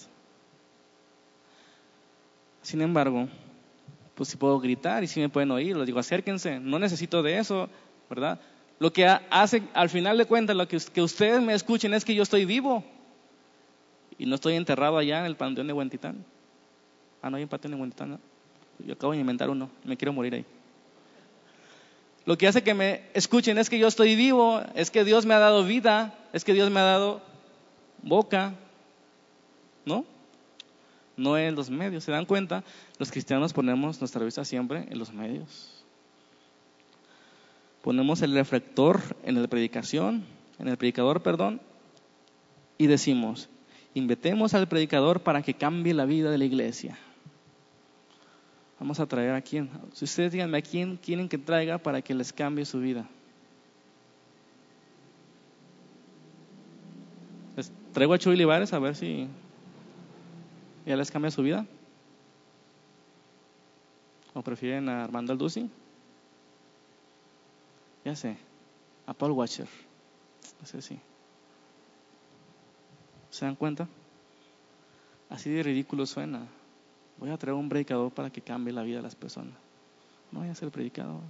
Sin embargo, pues si puedo gritar y si me pueden oír, les digo acérquense, no necesito de eso, ¿verdad? Lo que hace, al final de cuentas, lo que, que ustedes me escuchen es que yo estoy vivo y no estoy enterrado allá en el panteón de Huentitán. Ah, no hay un panteón de Huentitán, ¿no? Yo acabo de inventar uno, me quiero morir ahí. Lo que hace que me escuchen es que yo estoy vivo, es que Dios me ha dado vida, es que Dios me ha dado boca, ¿no? No en los medios. ¿Se dan cuenta? Los cristianos ponemos nuestra vista siempre en los medios. Ponemos el reflector en la predicación, en el predicador, perdón, y decimos, invitemos al predicador para que cambie la vida de la iglesia. Vamos a traer a quién. Si ustedes díganme a quién quieren que traiga para que les cambie su vida. Les traigo a Chuy Olivares a ver si ya les cambia su vida. ¿O prefieren a Armando Alducin? Ya sé, a Paul Washer. No sé si. ¿Se dan cuenta? Así de ridículo suena. Voy a traer un predicador para que cambie la vida de las personas. No voy a ser predicador.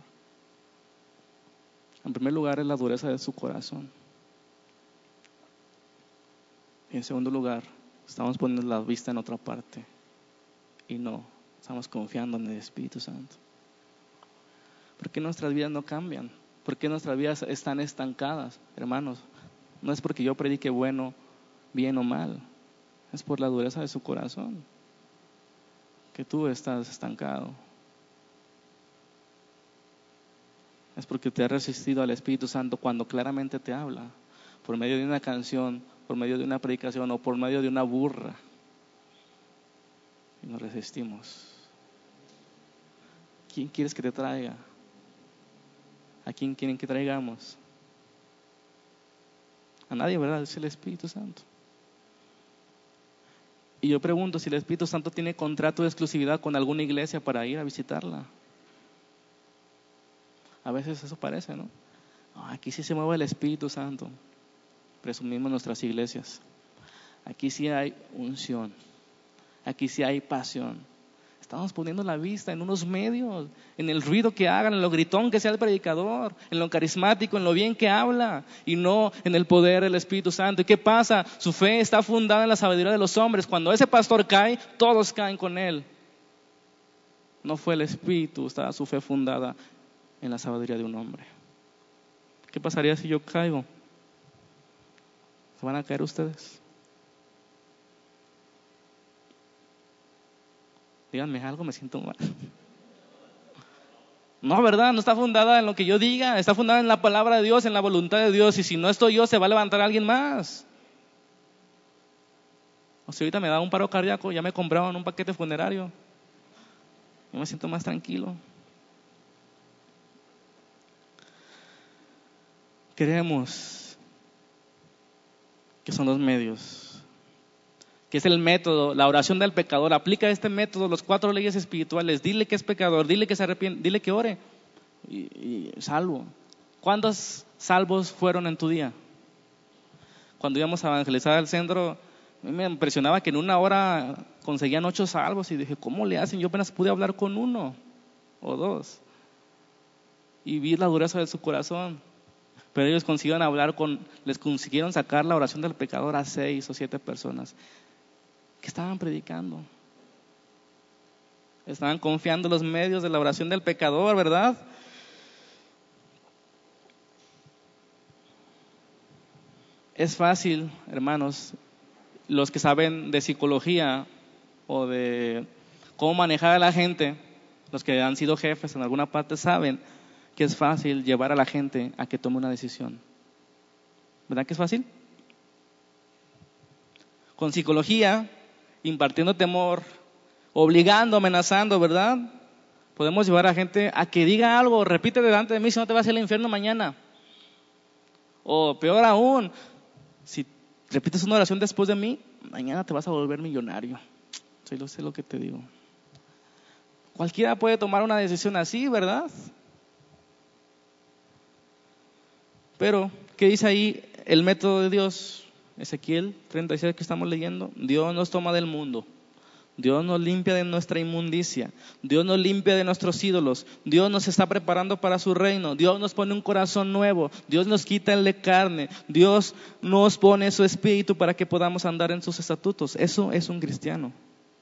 En primer lugar es la dureza de su corazón. Y en segundo lugar, estamos poniendo la vista en otra parte. Y no, estamos confiando en el Espíritu Santo. ¿Por qué nuestras vidas no cambian? ¿Por qué nuestras vidas están estancadas? Hermanos, no es porque yo predique bueno, bien o mal. Es por la dureza de su corazón que tú estás estancado. Es porque te has resistido al Espíritu Santo cuando claramente te habla, por medio de una canción, por medio de una predicación o por medio de una burra. Y nos resistimos. ¿Quién quieres que te traiga? ¿A quién quieren que traigamos? A nadie, ¿verdad? Es el Espíritu Santo. Y yo pregunto si el Espíritu Santo tiene contrato de exclusividad con alguna iglesia para ir a visitarla. A veces eso parece, ¿no? Aquí sí se mueve el Espíritu Santo. Presumimos nuestras iglesias. Aquí sí hay unción. Aquí sí hay pasión. Estamos poniendo la vista en unos medios, en el ruido que hagan, en lo gritón que sea el predicador, en lo carismático, en lo bien que habla, y no en el poder del Espíritu Santo. ¿Y qué pasa? Su fe está fundada en la sabiduría de los hombres. Cuando ese pastor cae, todos caen con él. No fue el Espíritu, estaba su fe fundada en la sabiduría de un hombre. ¿Qué pasaría si yo caigo? ¿Se van a caer ustedes? Díganme algo, me siento mal. No, ¿verdad? No está fundada en lo que yo diga, está fundada en la palabra de Dios, en la voluntad de Dios. Y si no estoy yo, se va a levantar alguien más. O si ahorita me da un paro cardíaco, ya me compraron un paquete funerario. Yo me siento más tranquilo. Creemos que son los medios, que es el método, la oración del pecador. Aplica este método, las cuatro leyes espirituales. Dile que es pecador, dile que se arrepiente, dile que ore y, y salvo. ¿Cuántos salvos fueron en tu día? Cuando íbamos a evangelizar al centro, a mí me impresionaba que en una hora conseguían ocho salvos y dije, ¿cómo le hacen? Yo apenas pude hablar con uno o dos y vi la dureza de su corazón. Pero ellos consiguieron hablar con, les consiguieron sacar la oración del pecador a seis o siete personas que estaban predicando. Estaban confiando en los medios de la oración del pecador, ¿verdad? Es fácil, hermanos, los que saben de psicología o de cómo manejar a la gente, los que han sido jefes en alguna parte saben que es fácil llevar a la gente a que tome una decisión. ¿Verdad que es fácil? Con psicología, impartiendo temor, obligando, amenazando, ¿verdad? Podemos llevar a la gente a que diga algo, repite delante de mí si no te vas al infierno mañana. O peor aún, si repites una oración después de mí, mañana te vas a volver millonario. Soy lo sé lo que te digo. Cualquiera puede tomar una decisión así, ¿verdad? Pero, ¿qué dice ahí el método de Dios? Ezequiel treinta y seis que estamos leyendo. Dios nos toma del mundo. Dios nos limpia de nuestra inmundicia. Dios nos limpia de nuestros ídolos. Dios nos está preparando para su reino. Dios nos pone un corazón nuevo. Dios nos quita el de carne. Dios nos pone su espíritu para que podamos andar en sus estatutos. Eso es un cristiano.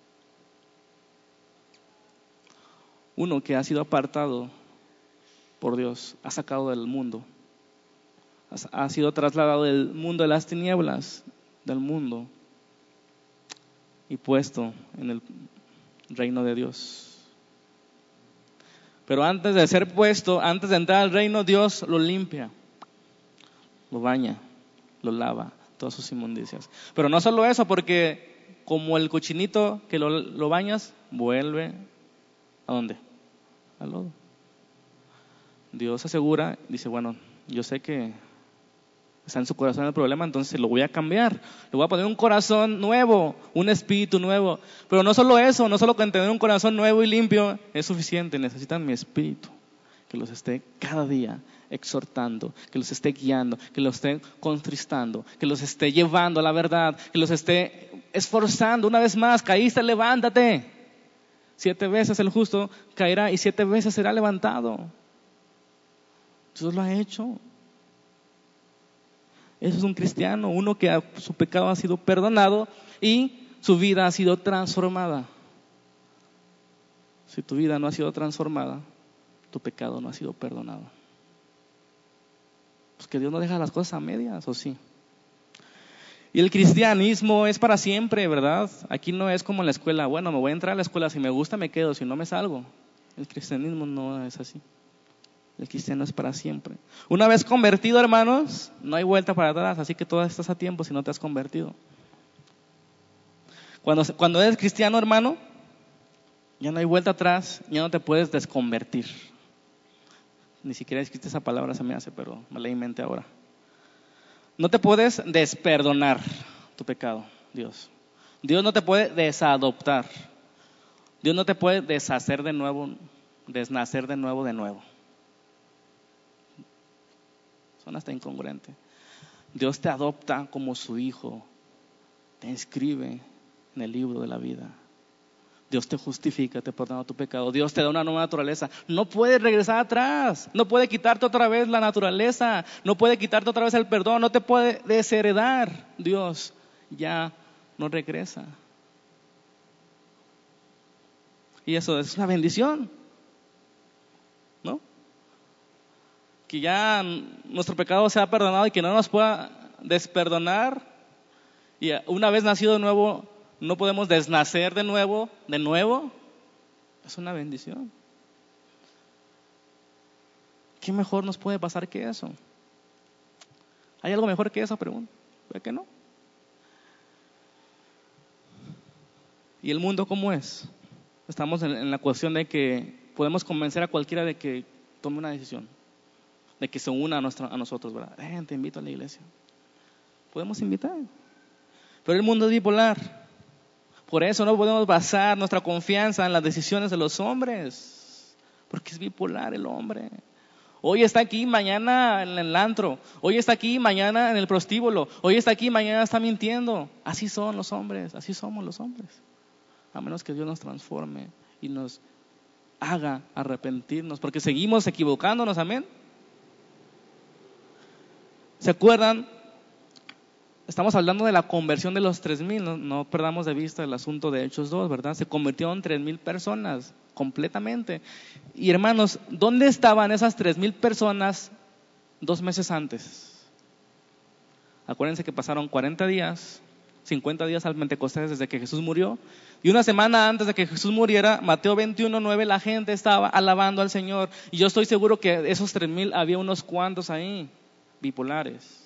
Uno que ha sido apartado por Dios, ha sacado del mundo. Ha sido trasladado del mundo de las tinieblas, del mundo, y puesto en el reino de Dios. Pero antes de ser puesto, antes de entrar al reino, Dios lo limpia, lo baña, lo lava, todas sus inmundicias. Pero no solo eso, porque como el cochinito que lo, lo bañas, vuelve ¿a dónde? Al lodo. Dios asegura, dice, bueno, yo sé que está en su corazón el problema, entonces lo voy a cambiar. Le voy a poner un corazón nuevo, un espíritu nuevo. Pero no solo eso, no solo con tener un corazón nuevo y limpio es suficiente. Necesitan mi espíritu, que los esté cada día exhortando, que los esté guiando, que los esté contristando, que los esté llevando a la verdad, que los esté esforzando. Una vez más, caíste, levántate. Siete veces el justo caerá y siete veces será levantado. Dios lo ha hecho. Eso es un cristiano, uno que a, su pecado ha sido perdonado y su vida ha sido transformada. Si tu vida no ha sido transformada, tu pecado no ha sido perdonado. Pues que Dios no deja las cosas a medias, ¿o sí? Y el cristianismo es para siempre, ¿verdad? Aquí no es como en la escuela. Bueno, me voy a entrar a la escuela, si me gusta me quedo, si no me salgo. El cristianismo no es así. El cristiano es para siempre. Una vez convertido, hermanos, no hay vuelta para atrás, así que todavía estás a tiempo si no te has convertido. Cuando, cuando eres cristiano, hermano, ya no hay vuelta atrás, ya no te puedes desconvertir. Ni siquiera escribiste esa palabra, se me hace, pero me la inventé ahora. No te puedes desperdonar tu pecado, Dios. Dios no te puede desadoptar. Dios no te puede deshacer de nuevo, desnacer de nuevo, de nuevo. Suena hasta incongruente. Dios te adopta como su hijo, te inscribe en el libro de la vida. Dios te justifica, te perdona tu pecado. Dios te da una nueva naturaleza. No puedes regresar atrás. No puede quitarte otra vez la naturaleza. No puede quitarte otra vez el perdón. No te puede desheredar. Dios ya no regresa. Y eso es una bendición, ¿no? Que ya nuestro pecado sea perdonado y que no nos pueda desperdonar. Y una vez nacido de nuevo, no podemos desnacer de nuevo, de nuevo. Es una bendición. ¿Qué mejor nos puede pasar que eso? ¿Hay algo mejor que esa pregunta? ¿Ve que no? ¿Y el mundo cómo es? Estamos en, en la cuestión de que podemos convencer a cualquiera de que tome una decisión, de que se una a, nuestra, a nosotros, ¿verdad? Eh, te invito a la iglesia. Podemos invitar. Pero el mundo es bipolar. Por eso no podemos basar nuestra confianza en las decisiones de los hombres, porque es bipolar el hombre. Hoy está aquí, mañana en el antro. Hoy está aquí, mañana en el prostíbulo. Hoy está aquí, mañana está mintiendo. Así son los hombres, así somos los hombres. A menos que Dios nos transforme y nos haga arrepentirnos, porque seguimos equivocándonos, amén. ¿Se acuerdan? Estamos hablando de la conversión de los tres mil, no, no perdamos de vista el asunto de Hechos dos, ¿verdad? Se convirtieron tres mil personas completamente. Y hermanos, ¿dónde estaban esas tres mil personas dos meses antes? Acuérdense que pasaron cuarenta días cincuenta días al Pentecostés desde que Jesús murió. Y una semana antes de que Jesús muriera, Mateo veintiuno nueve, la gente estaba alabando al Señor. Y yo estoy seguro que de esos tres mil había unos cuantos ahí, bipolares.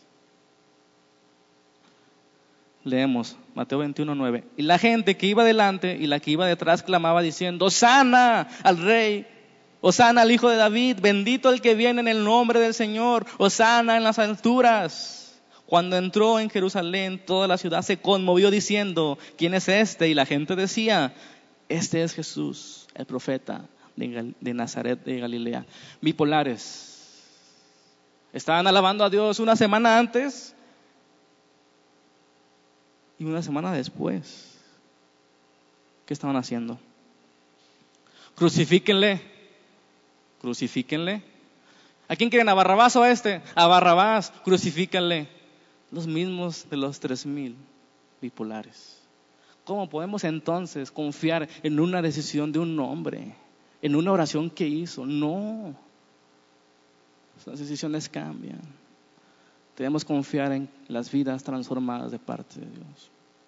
Leemos Mateo veintiuno nueve. Y la gente que iba delante y la que iba detrás clamaba diciendo: Hosana al Rey, Hosana al Hijo de David, bendito el que viene en el nombre del Señor, Hosana en las alturas. Cuando entró en Jerusalén, toda la ciudad se conmovió diciendo: ¿quién es este? Y la gente decía: este es Jesús, el profeta de, de Nazaret de Galilea. Bipolares. Estaban alabando a Dios una semana antes y una semana después. ¿Qué estaban haciendo? Crucifíquenle, crucifíquenle. ¿A quién quieren? ¿A Barrabás o a este? A Barrabás, crucifíquenle. Los mismos de los tres mil bipolares. ¿Cómo podemos entonces confiar en una decisión de un hombre, en una oración que hizo? No, las decisiones cambian. Debemos confiar en las vidas transformadas de parte de Dios.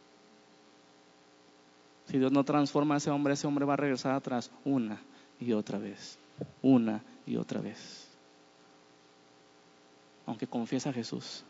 Si Dios no transforma a ese hombre, ese hombre va a regresar atrás una y otra vez, una y otra vez. Aunque confiesa a Jesús,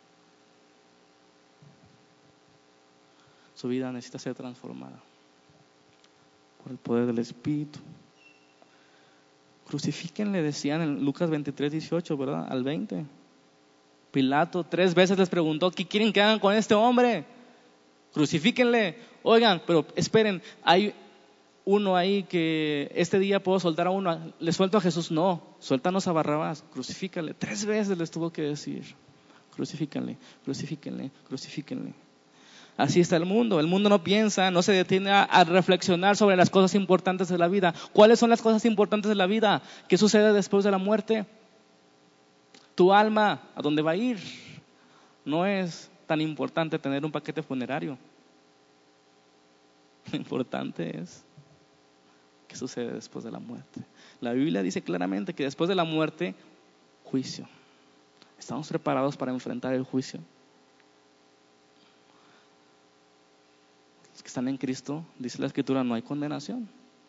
su vida necesita ser transformada por el poder del Espíritu. Crucifíquenle, decían en Lucas veintitrés dieciocho, ¿verdad? Al veinte. Pilato tres veces les preguntó: ¿qué quieren que hagan con este hombre? Crucifíquenle. Oigan, pero esperen, hay uno ahí que este día puedo soltar a uno. ¿Le suelto a Jesús? No, suéltanos a Barrabás. Crucifíquenle. Tres veces les tuvo que decir: crucifíquenle, crucifíquenle, crucifíquenle. Así está el mundo. El mundo no piensa, no se detiene a, a reflexionar sobre las cosas importantes de la vida. ¿Cuáles son las cosas importantes de la vida? ¿Qué sucede después de la muerte? Tu alma, ¿a dónde va a ir? No es tan importante tener un paquete funerario. Lo importante es qué sucede después de la muerte. La Biblia dice claramente que después de la muerte, juicio. ¿Estamos preparados para enfrentar el juicio? Los que están en Cristo, dice la Escritura, no hay condenación.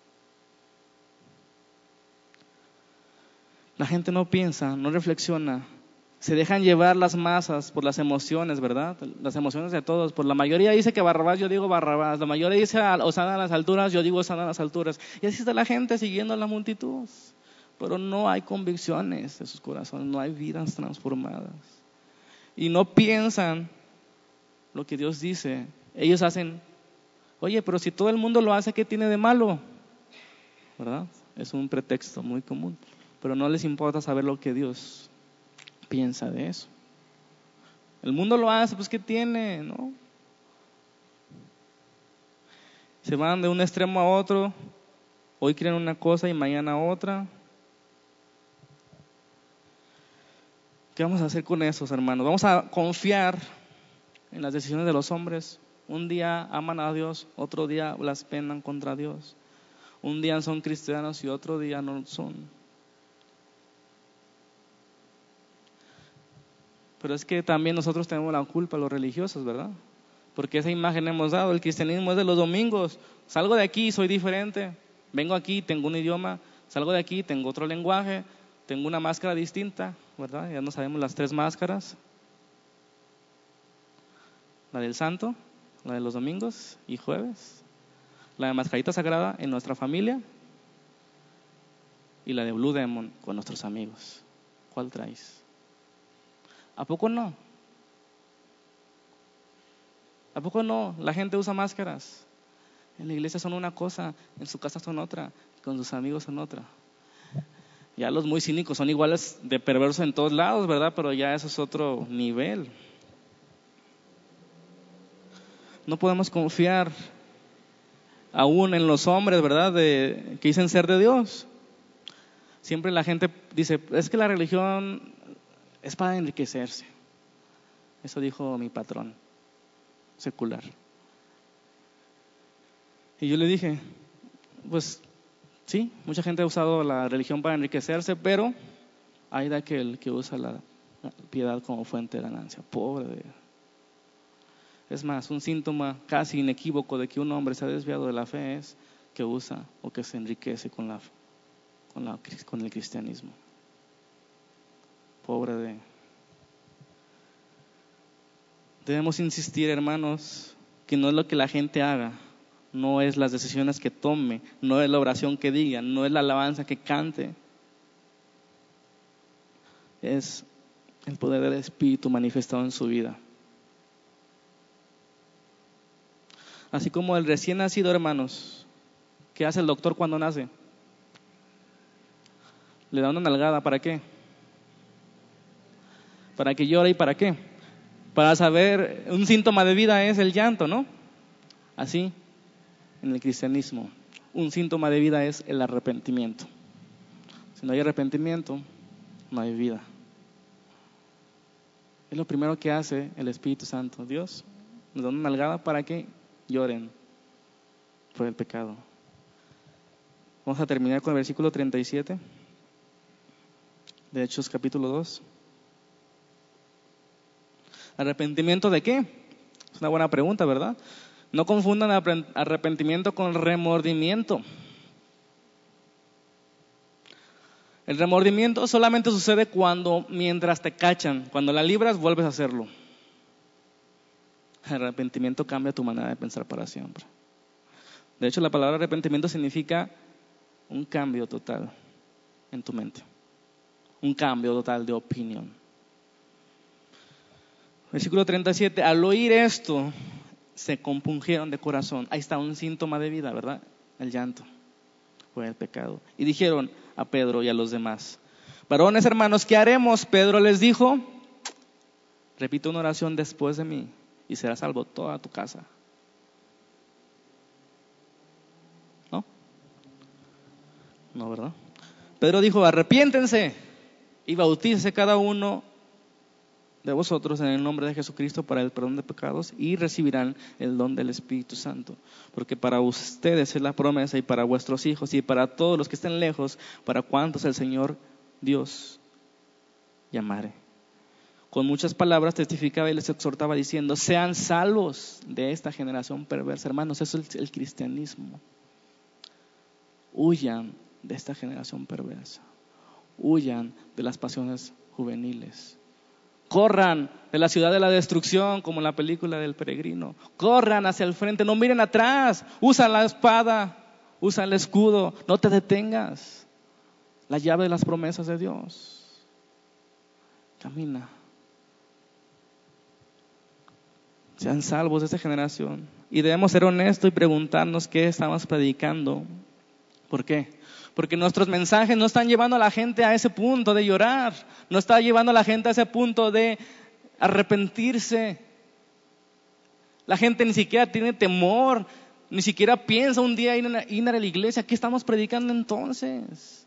La gente no piensa, no reflexiona, se dejan llevar las masas por las emociones, ¿verdad? Las emociones de todos. Por la mayoría dice que Barrabás, yo digo Barrabás. La mayoría dice Hosana a las alturas, yo digo Hosana a las alturas. Y así está la gente siguiendo a la multitud. Pero no hay convicciones de sus corazones, no hay vidas transformadas. Y no piensan lo que Dios dice. Ellos hacen, oye, pero si todo el mundo lo hace, ¿qué tiene de malo? ¿Verdad? Es un pretexto muy común. Pero no les importa saber lo que Dios piensa de eso. El mundo lo hace, pues ¿qué tiene? ¿No? Se van de un extremo a otro. Hoy creen una cosa y mañana otra. ¿Qué vamos a hacer con esos, hermanos? Vamos a confiar en las decisiones de los hombres. Un día aman a Dios, otro día blasfeman contra Dios. Un día son cristianos y otro día no son. Pero es que también nosotros tenemos la culpa, los religiosos, ¿verdad? Porque esa imagen hemos dado. El cristianismo es de los domingos. Salgo de aquí, soy diferente. Vengo aquí, tengo un idioma. Salgo de aquí, tengo otro lenguaje. Tengo una máscara distinta, ¿verdad? Ya no sabemos las tres máscaras. La del santo, la de los domingos y jueves. La de mascarita sagrada en nuestra familia. Y la de Blue Demon con nuestros amigos. ¿Cuál traes? ¿A poco no? ¿A poco no? La gente usa máscaras. En la iglesia son una cosa, en su casa son otra, con sus amigos son otra. Ya los muy cínicos son iguales de perversos en todos lados, ¿verdad? Pero ya eso es otro nivel. No podemos confiar aún en los hombres, ¿verdad? De, que dicen ser de Dios. Siempre la gente dice, es que la religión es para enriquecerse. Eso dijo mi patrón secular. Y yo le dije, pues sí, mucha gente ha usado la religión para enriquecerse, pero hay de aquel que usa la piedad como fuente de ganancia. Pobre de él. Es más, un síntoma casi inequívoco de que un hombre se ha desviado de la fe es que usa o que se enriquece con, la, con, la, con el cristianismo. Pobre de... Debemos insistir, hermanos, que no es lo que la gente haga, no es las decisiones que tome, no es la oración que diga, no es la alabanza que cante. Es el poder del Espíritu manifestado en su vida. Así como el recién nacido, hermanos, ¿qué hace el doctor cuando nace? Le da una nalgada, ¿para qué? Para que llore. ¿Y para qué? Para saber, un síntoma de vida es el llanto, ¿no? Así, en el cristianismo, un síntoma de vida es el arrepentimiento. Si no hay arrepentimiento, no hay vida. Es lo primero que hace el Espíritu Santo. Dios nos da una nalgada para que lloren por el pecado. Vamos a terminar con el versículo treinta y siete de Hechos capítulo dos. ¿Arrepentimiento de qué? Es una buena pregunta, ¿verdad? No confundan arrepentimiento con remordimiento. El remordimiento solamente sucede cuando, mientras te cachan, cuando la libras, vuelves a hacerlo. El arrepentimiento cambia tu manera de pensar para siempre. De hecho, la palabra arrepentimiento significa un cambio total en tu mente, un cambio total de opinión. Versículo treinta y siete, al oír esto, se compungieron de corazón. Ahí está un síntoma de vida, ¿verdad? El llanto por el pecado. Y dijeron a Pedro y a los demás: varones hermanos, ¿qué haremos? Pedro les dijo: repite una oración después de mí y será salvo toda tu casa. ¿No? No, ¿verdad? Pedro dijo: arrepiéntense y bautícese cada uno de vosotros en el nombre de Jesucristo para el perdón de pecados y recibirán el don del Espíritu Santo, porque para ustedes es la promesa y para vuestros hijos y para todos los que estén lejos, para cuantos el Señor Dios llamare. Con muchas palabras testificaba y les exhortaba diciendo: sean salvos de esta generación perversa. Hermanos, eso es el cristianismo. Huyan de esta generación perversa, huyan de las pasiones juveniles. Corran de la ciudad de la destrucción, como en la película del peregrino. Corran hacia el frente, no miren atrás. Usa la espada, usa el escudo, no te detengas. La llave de las promesas de Dios. Camina. Sean salvos de esta generación. Y debemos ser honestos y preguntarnos qué estamos predicando. ¿Por qué? Porque nuestros mensajes no están llevando a la gente a ese punto de llorar, no está llevando a la gente a ese punto de arrepentirse. La gente ni siquiera tiene temor, ni siquiera piensa un día ir a, ir a la iglesia. ¿Qué estamos predicando entonces?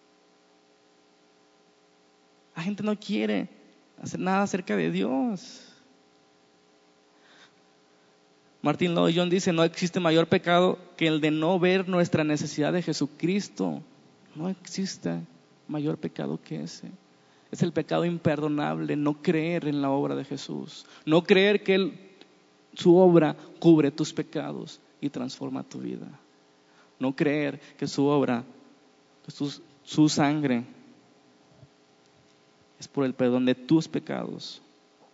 La gente no quiere hacer nada acerca de Dios. Martin Lloyd-Jones dice: no existe mayor pecado que el de no ver nuestra necesidad de Jesucristo. No existe mayor pecado que ese. Es el pecado imperdonable, no creer en la obra de Jesús, no creer que él, su obra cubre tus pecados y transforma tu vida, no creer que su obra, que su, su sangre es por el perdón de tus pecados.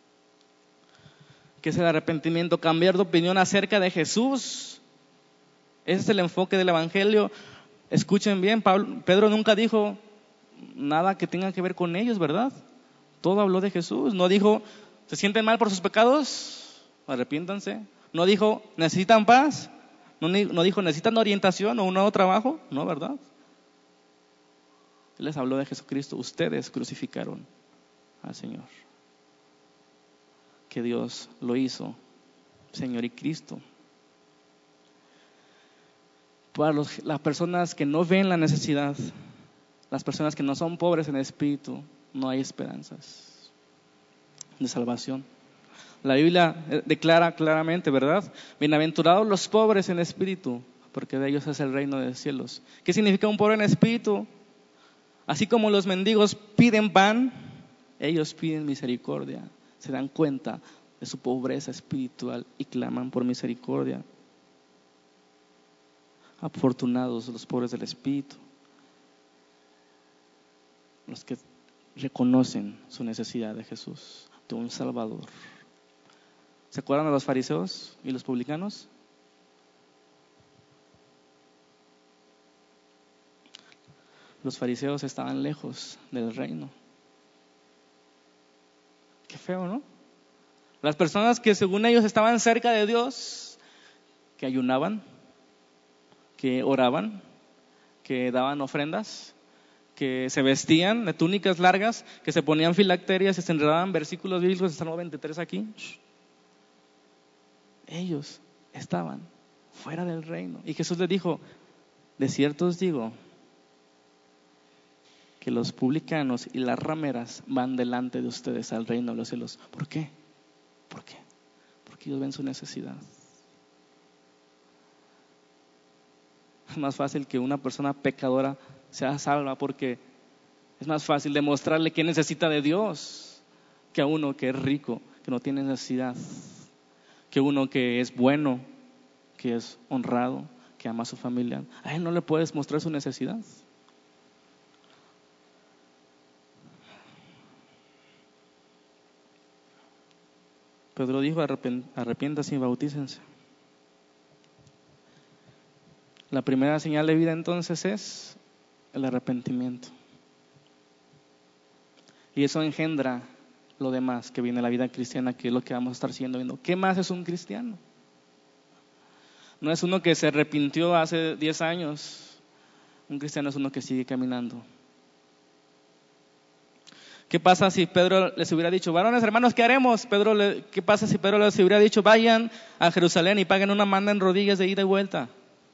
¿Qué es el arrepentimiento? Cambiar de opinión acerca de Jesús. Ese es el enfoque del evangelio. Escuchen bien, Pablo, Pedro nunca dijo nada que tenga que ver con ellos, ¿verdad? Todo habló de Jesús. No dijo: ¿se sienten mal por sus pecados? Arrepiéntanse. No dijo: ¿necesitan paz? No, no dijo: ¿necesitan orientación o un nuevo trabajo? No, ¿verdad? Él les habló de Jesucristo. Ustedes crucificaron al Señor. Que Dios lo hizo Señor y Cristo. Para los, las personas que no ven la necesidad, las personas que no son pobres en espíritu, no hay esperanzas de salvación. La Biblia declara claramente, ¿verdad? Bienaventurados los pobres en espíritu, porque de ellos es el reino de los cielos. ¿Qué significa un pobre en espíritu? Así como los mendigos piden pan, ellos piden misericordia. Se dan cuenta de su pobreza espiritual y claman por misericordia. Afortunados los pobres del espíritu, los que reconocen su necesidad de Jesús, de un Salvador. ¿Se acuerdan de los fariseos y los publicanos? Los fariseos estaban lejos del reino. Qué feo, ¿no? Las personas que según ellos estaban cerca de Dios, que ayunaban, que oraban, que daban ofrendas, que se vestían de túnicas largas, que se ponían filacterias y se enredaban versículos bíblicos, Salmo veintitrés aquí. Ellos estaban fuera del reino. Y Jesús les dijo: de cierto os digo que los publicanos y las rameras van delante de ustedes al reino de los cielos. ¿Por qué? ¿Por qué? Porque ellos ven su necesidad. Es más fácil que una persona pecadora sea salva, porque es más fácil demostrarle que necesita de Dios que a uno que es rico, que no tiene necesidad, que uno que es bueno, que es honrado, que ama a su familia. A él no le puedes mostrar su necesidad. Pedro dijo: arrepiéntanse y bautícense. La primera señal de vida entonces es el arrepentimiento. Y eso engendra lo demás que viene la vida cristiana, que es lo que vamos a estar siguiendo viendo. ¿Qué más es un cristiano? No es uno que se arrepintió hace diez años. Un cristiano es uno que sigue caminando. ¿Qué pasa si Pedro les hubiera dicho: varones hermanos, ¿qué haremos? Pedro le, ¿Qué pasa si Pedro les hubiera dicho: vayan a Jerusalén y paguen una manda en rodillas de ida y vuelta?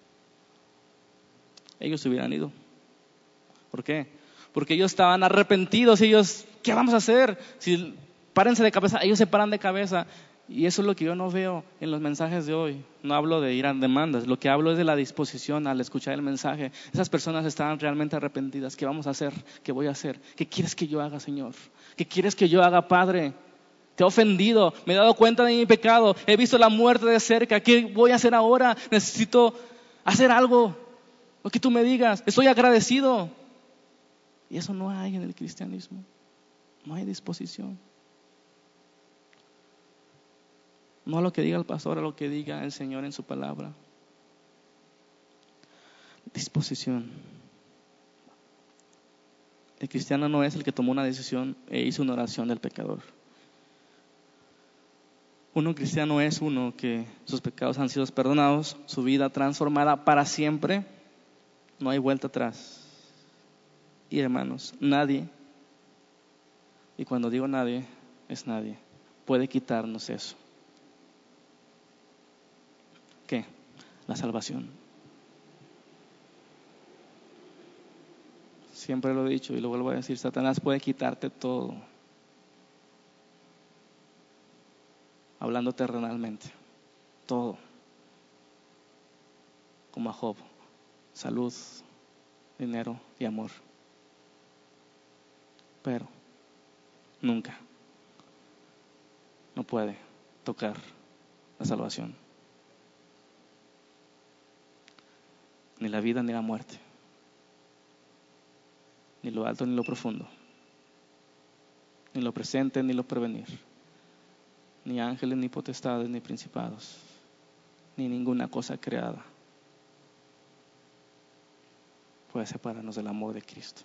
Ellos se hubieran ido. ¿Por qué? Porque ellos estaban arrepentidos. Ellos, ¿qué vamos a hacer? Si párense de cabeza, ellos se paran de cabeza. Y eso es lo que yo no veo en los mensajes de hoy. No hablo de ir a demandas, lo que hablo es de la disposición al escuchar el mensaje. Esas personas estaban realmente arrepentidas. ¿Qué vamos a hacer? ¿Qué voy a hacer? ¿Qué quieres que yo haga, Señor? ¿Qué quieres que yo haga, Padre? Te he ofendido, me he dado cuenta de mi pecado, he visto la muerte de cerca. ¿Qué voy a hacer ahora? Necesito hacer algo, lo que tú me digas. Estoy agradecido. Y eso no hay en el cristianismo. No hay disposición. No a lo que diga el pastor, a lo que diga el Señor en su palabra. Disposición. El cristiano no es el que tomó una decisión e hizo una oración del pecador. Uno cristiano es uno que sus pecados han sido perdonados, su vida transformada para siempre. No hay vuelta atrás. Y hermanos, nadie, y cuando digo nadie, es nadie, puede quitarnos eso. ¿Qué? La salvación. Siempre lo he dicho y lo vuelvo a decir: Satanás puede quitarte todo, hablando terrenalmente, todo, como a Job: salud, dinero y amor. Pero nunca, no puede tocar la salvación, ni la vida ni la muerte, ni lo alto ni lo profundo, ni lo presente ni lo porvenir, ni ángeles ni potestades ni principados, ni ninguna cosa creada puede separarnos del amor de Cristo.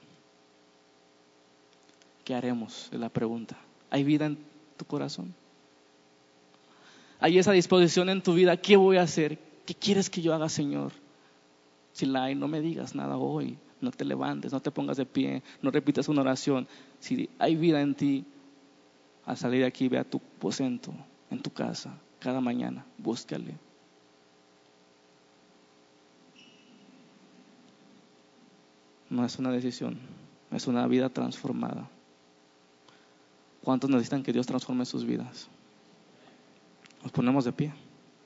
¿Qué haremos? Es la pregunta. ¿Hay vida en tu corazón? ¿Hay esa disposición en tu vida? ¿Qué voy a hacer? ¿Qué quieres que yo haga, Señor? Si la hay, no me digas nada hoy. No te levantes, no te pongas de pie, no repitas una oración. Si hay vida en ti, al salir de aquí, ve a tu aposento, en tu casa, cada mañana, búscale. No es una decisión, es una vida transformada. ¿Cuántos necesitan que Dios transforme sus vidas? Nos ponemos de pie.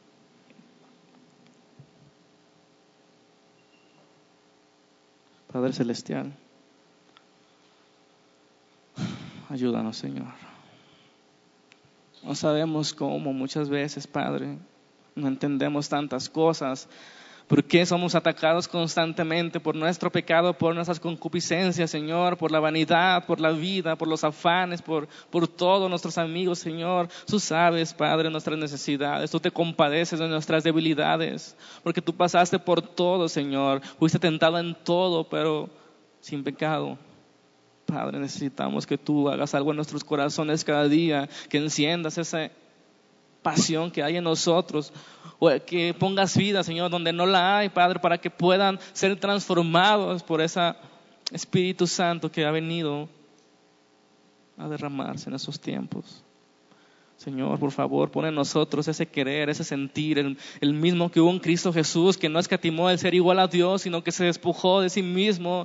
Padre Celestial, ayúdanos, Señor. No sabemos cómo muchas veces, Padre. No entendemos tantas cosas. ¿Por qué somos atacados constantemente por nuestro pecado, por nuestras concupiscencias, Señor? Por la vanidad, por la vida, por los afanes, por, por todos nuestros amigos, Señor. Tú sabes, Padre, nuestras necesidades. Tú te compadeces de nuestras debilidades. Porque tú pasaste por todo, Señor. Fuiste tentado en todo, pero sin pecado. Padre, necesitamos que tú hagas algo en nuestros corazones cada día. Que enciendas esa pasión que hay en nosotros, o que pongas vida, Señor, donde no la hay, Padre, para que puedan ser transformados por ese Espíritu Santo que ha venido a derramarse en esos tiempos. Señor, por favor, pon en nosotros ese querer, ese sentir, el, el mismo que hubo en Cristo Jesús, que no escatimó el ser igual a Dios, sino que se despojó de sí mismo,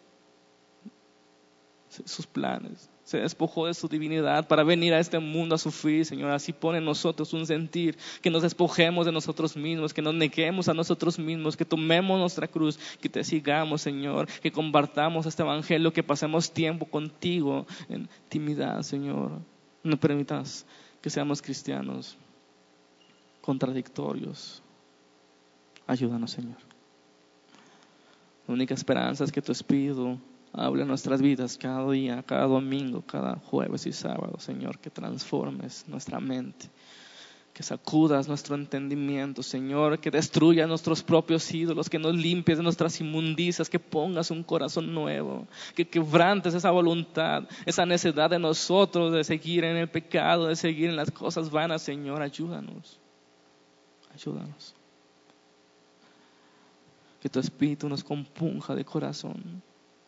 sus planes. Se despojó de su divinidad para venir a este mundo a sufrir, Señor. Así pone en nosotros un sentir, que nos despojemos de nosotros mismos, que nos neguemos a nosotros mismos, que tomemos nuestra cruz, que te sigamos, Señor, que compartamos este evangelio, que pasemos tiempo contigo en intimidad, Señor. No permitas que seamos cristianos contradictorios. Ayúdanos, Señor. La única esperanza es que tu Espíritu hable en nuestras vidas cada día, cada domingo, cada jueves y sábado, Señor, que transformes nuestra mente, que sacudas nuestro entendimiento, Señor, que destruyas nuestros propios ídolos, que nos limpies de nuestras inmundicias, que pongas un corazón nuevo, que quebrantes esa voluntad, esa necesidad de nosotros de seguir en el pecado, de seguir en las cosas vanas, Señor. Ayúdanos, ayúdanos. Que tu Espíritu nos compunja de corazón.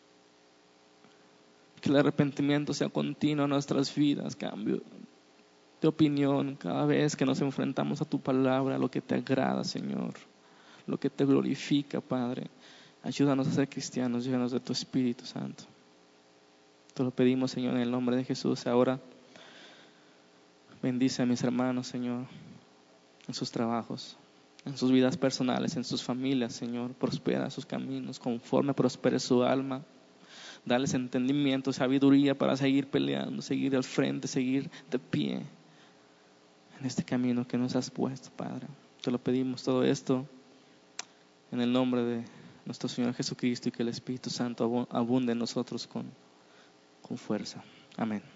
Que el arrepentimiento sea continuo en nuestras vidas, cambio de opinión cada vez que nos enfrentamos a tu palabra, lo que te agrada, Señor, lo que te glorifica, Padre. Ayúdanos a ser cristianos, llenos de tu Espíritu Santo. Te lo pedimos, Señor, en el nombre de Jesús. Ahora bendice a mis hermanos, Señor, en sus trabajos, en sus vidas personales, en sus familias, Señor. Prospera sus caminos, conforme prospere su alma. Darles entendimiento, sabiduría para seguir peleando, seguir al frente, seguir de pie en este camino que nos has puesto, Padre. Te lo pedimos todo esto en el nombre de nuestro Señor Jesucristo, y que el Espíritu Santo abunde en nosotros con, con fuerza. Amén.